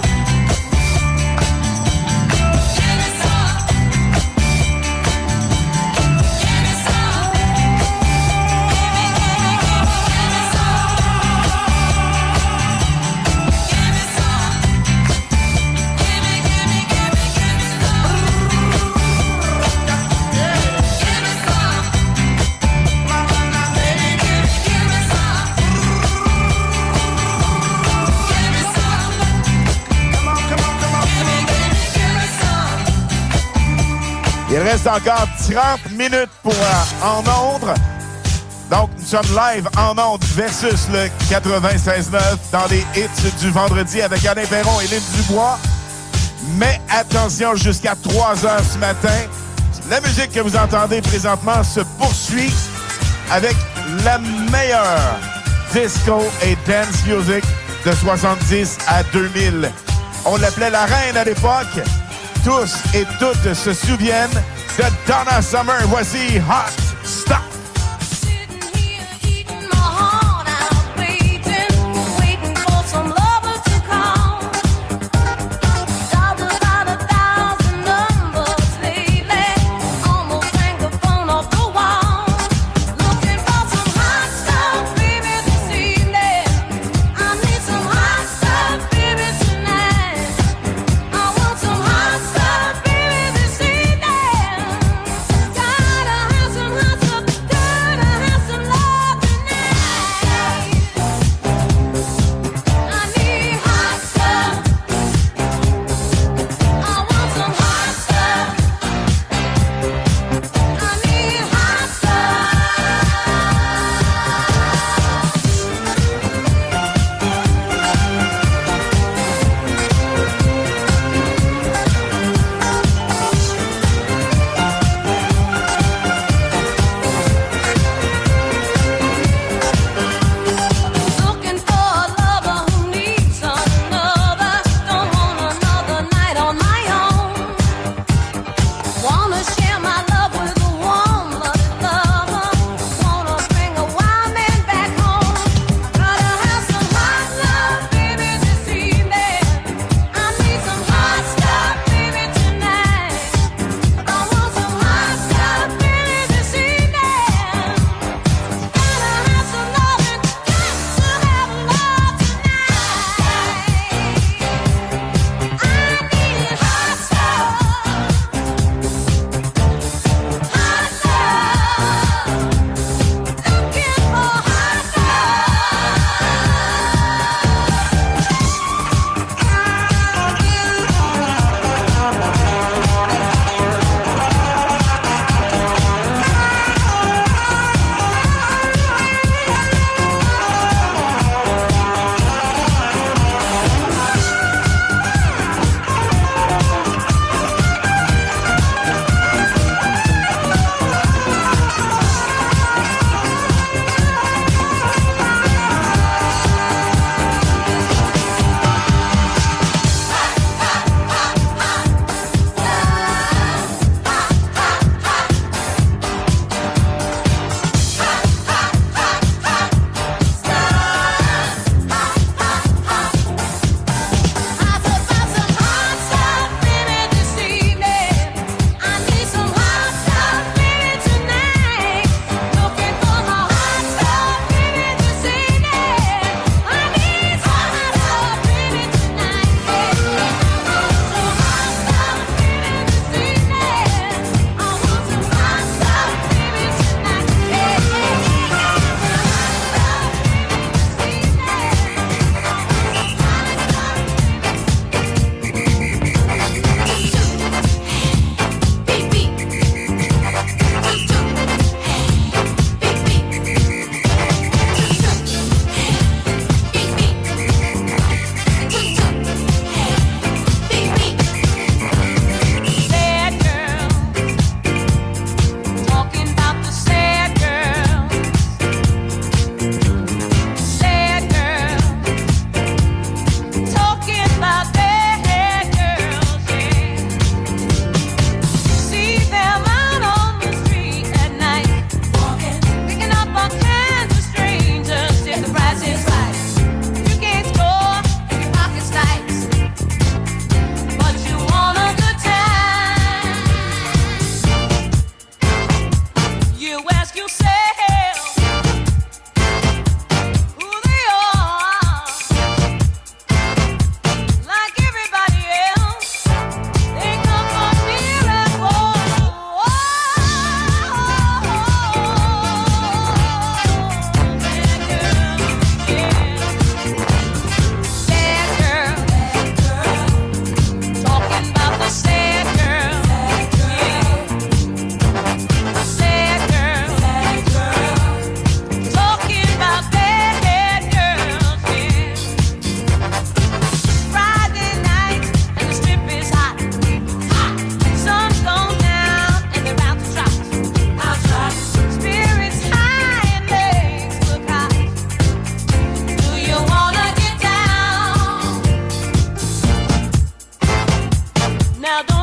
Il reste encore 30 minutes pour En Ondes. Donc, nous sommes live En Ondes versus le 96.9 dans les hits du vendredi avec Alain Perron et Lynn Dubois. Mais attention, jusqu'à 3 heures ce matin, la musique que vous entendez présentement se poursuit avec la meilleure disco et dance music de 70 à 2000. On l'appelait la reine à l'époque. Tous et toutes se souviennent de Donna Summer. Voici Hot Stuff. Some hot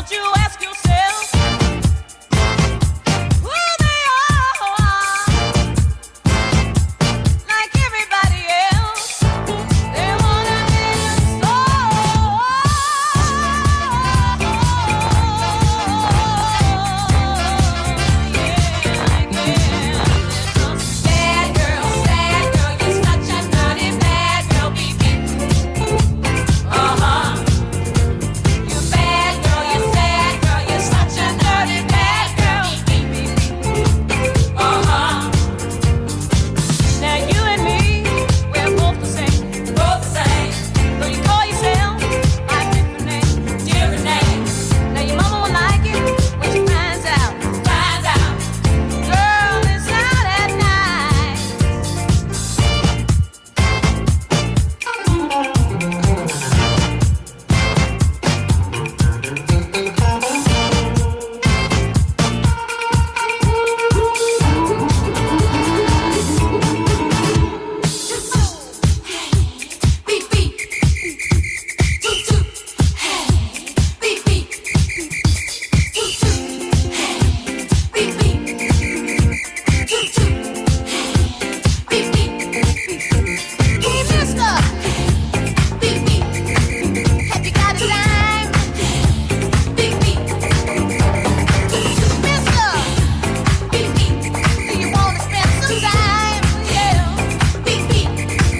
don't you ask yourself who they are? Like everybody else, they wanna be a star. Bad girl, you're such a naughty bad girl, baby. Uh-huh. You bad girl, you sad girl, you're such a dirty bad girl, baby. Uh-huh. Now you and me, we're both the same. Both the same. Though you call yourself by different names. Different names. Now your mama won't like it when she finds out. Finds out. Girl, it's out at night. Beep, beep. Toot, toot. Hey. Beep, beep. Toot, toot. Hey. Beep, beep. Toot, toot. Hey. Beep, beep. Hey, mister. Beep, beep. Have you got a dime? Beep, beep. Mister. Beep, beep. Do you wanna spend some time? Yeah. Beep, beep.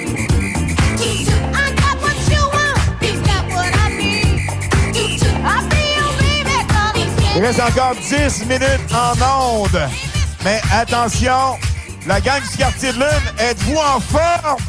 I got what you want, you got what I need. I'll be your baby, come Il reste encore 10 minutes en onde. Mais attention, la gang du Quartier de Lune, êtes-vous en forme?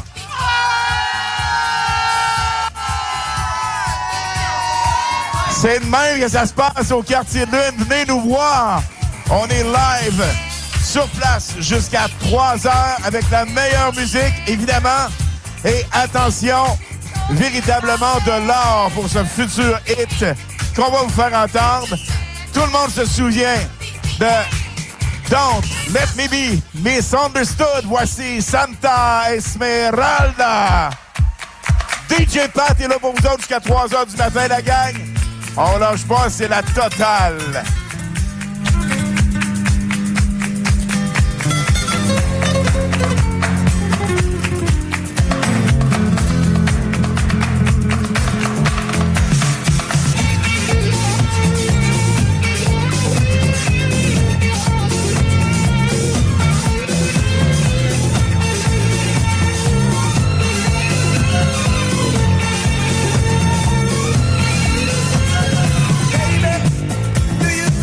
C'est de même que ça se passe au Quartier de Lune. Venez nous voir. On est live sur place jusqu'à 3 heures avec la meilleure musique, évidemment. Et attention, véritablement de l'or pour ce futur hit qu'on va vous faire entendre. Tout le monde se souvient de Don't Let Me Be Misunderstood. Voici Santa Esmeralda. DJ Pat est là pour vous autres jusqu'à 3 heures du matin, la gang. On lâche pas, c'est la totale. Do you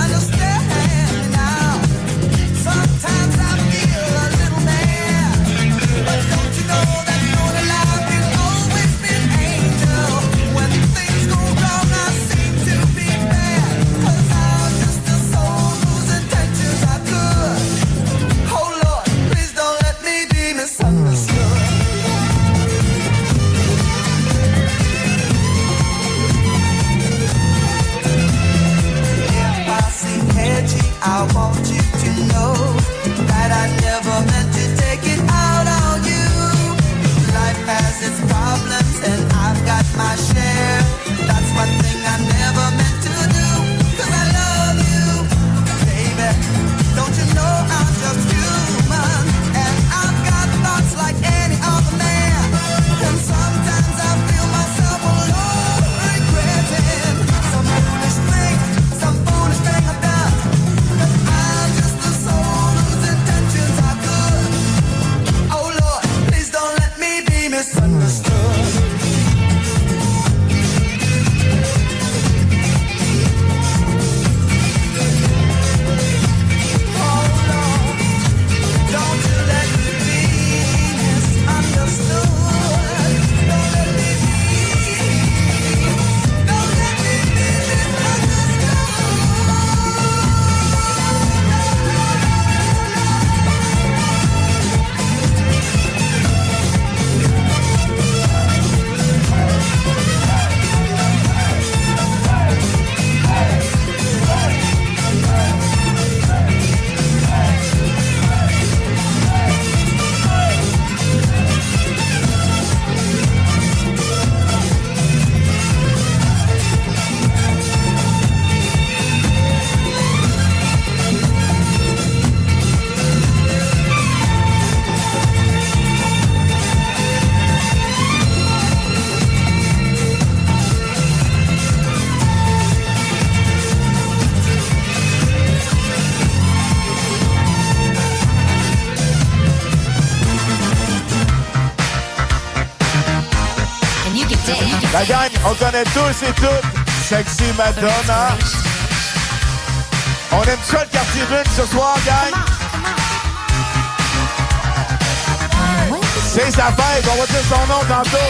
La gang, on connaît tous et toutes Sexy Madonna. On aime ça le quartier lune ce soir, gang. C'est sa fête, on va dire son nom tantôt.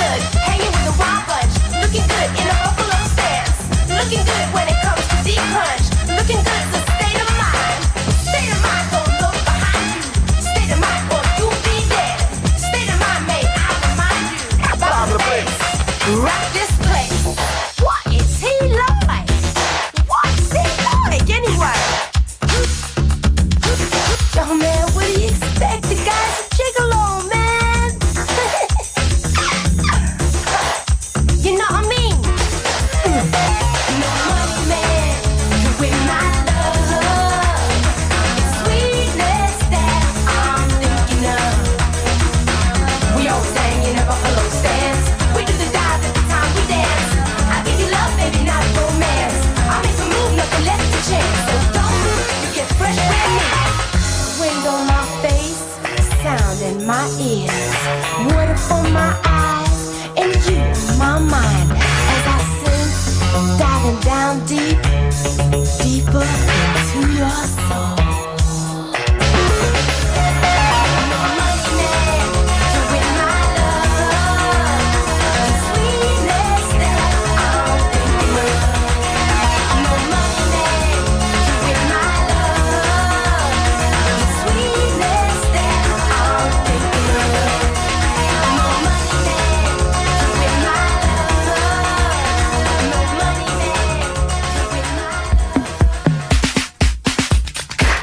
good, hanging with a wild bunch. Looking good in a buffalo stance. Looking good when it comes to deep punch. Looking good's a state of mind. State of mind, don't look behind you. State of mind, or you'll be dead. State of mind, may I remind you. Rock the place. Rock this place. What is he like? What's he like anyway? Oh man, what do you expect? The guy's a gigolo, man. You know what I mean? No money, man, to win my love. It's sweetness that I'm thinking of. We always hang in a buffalo stance. We do the dive every time we dance. I give you love, baby, not romance. I make a move, nothing left to chance. So don't move, you get fresh with me. Wind on my face, sound in my ears, water for my eyes, and you in my mind. As I sing, diving down deep, deeper into your soul. No money, man, to win my love. The sweetness that I'm thinking of. No money, man, to win my love. The sweetness that I'm thinking of. No money, man, to win my love. No money, man, to win my love.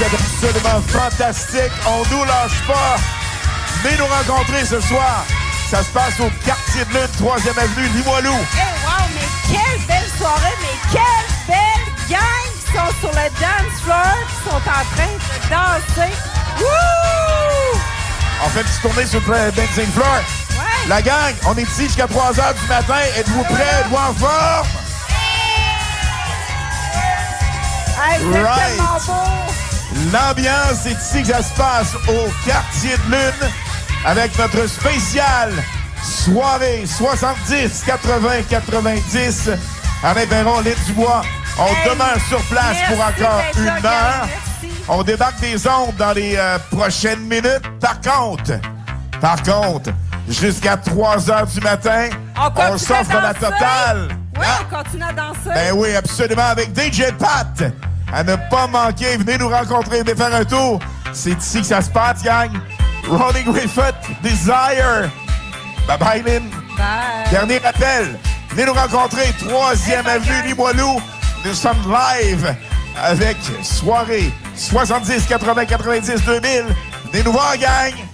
êtes absolument fantastique. On nous lâche pas. Venez nous rencontrer ce soir. Ça se passe au Quartier de Lune, 3e avenue, Limoilou. Wow, mais quelle belle soirée, mais quelle belle gang qui sont sur le dance floor, qui sont en train de danser. Wouh! On fait une petite tournée sur le dancing floor. Ouais. La gang, on est ici jusqu'à 3 h du matin. Êtes-vous prêts? Êtes-vous en forme? Hey, c'est tellement beau! L'ambiance, c'est ici que ça se passe au Quartier de Lune avec notre spécial soirée 70, 80, 90. Alain Perron, Lynn Dubois. On demeure sur place pour encore une heure. On débarque des ondes dans les prochaines minutes. Par contre, jusqu'à 3 h du matin, on s'offre la totale. Oui, on continue à danser. Ben oui, absolument, avec DJ Pat. À ne pas manquer, venez nous rencontrer, venez faire un tour. C'est ici que ça se passe, gang. Rolling Griffith, Desire. Bye-bye, Lynn. Bye. Dernier appel. Venez nous rencontrer, 3e avenue Limoilou. Nous sommes live avec soirée 70, 80, 90, 2000. Venez nous voir, gang.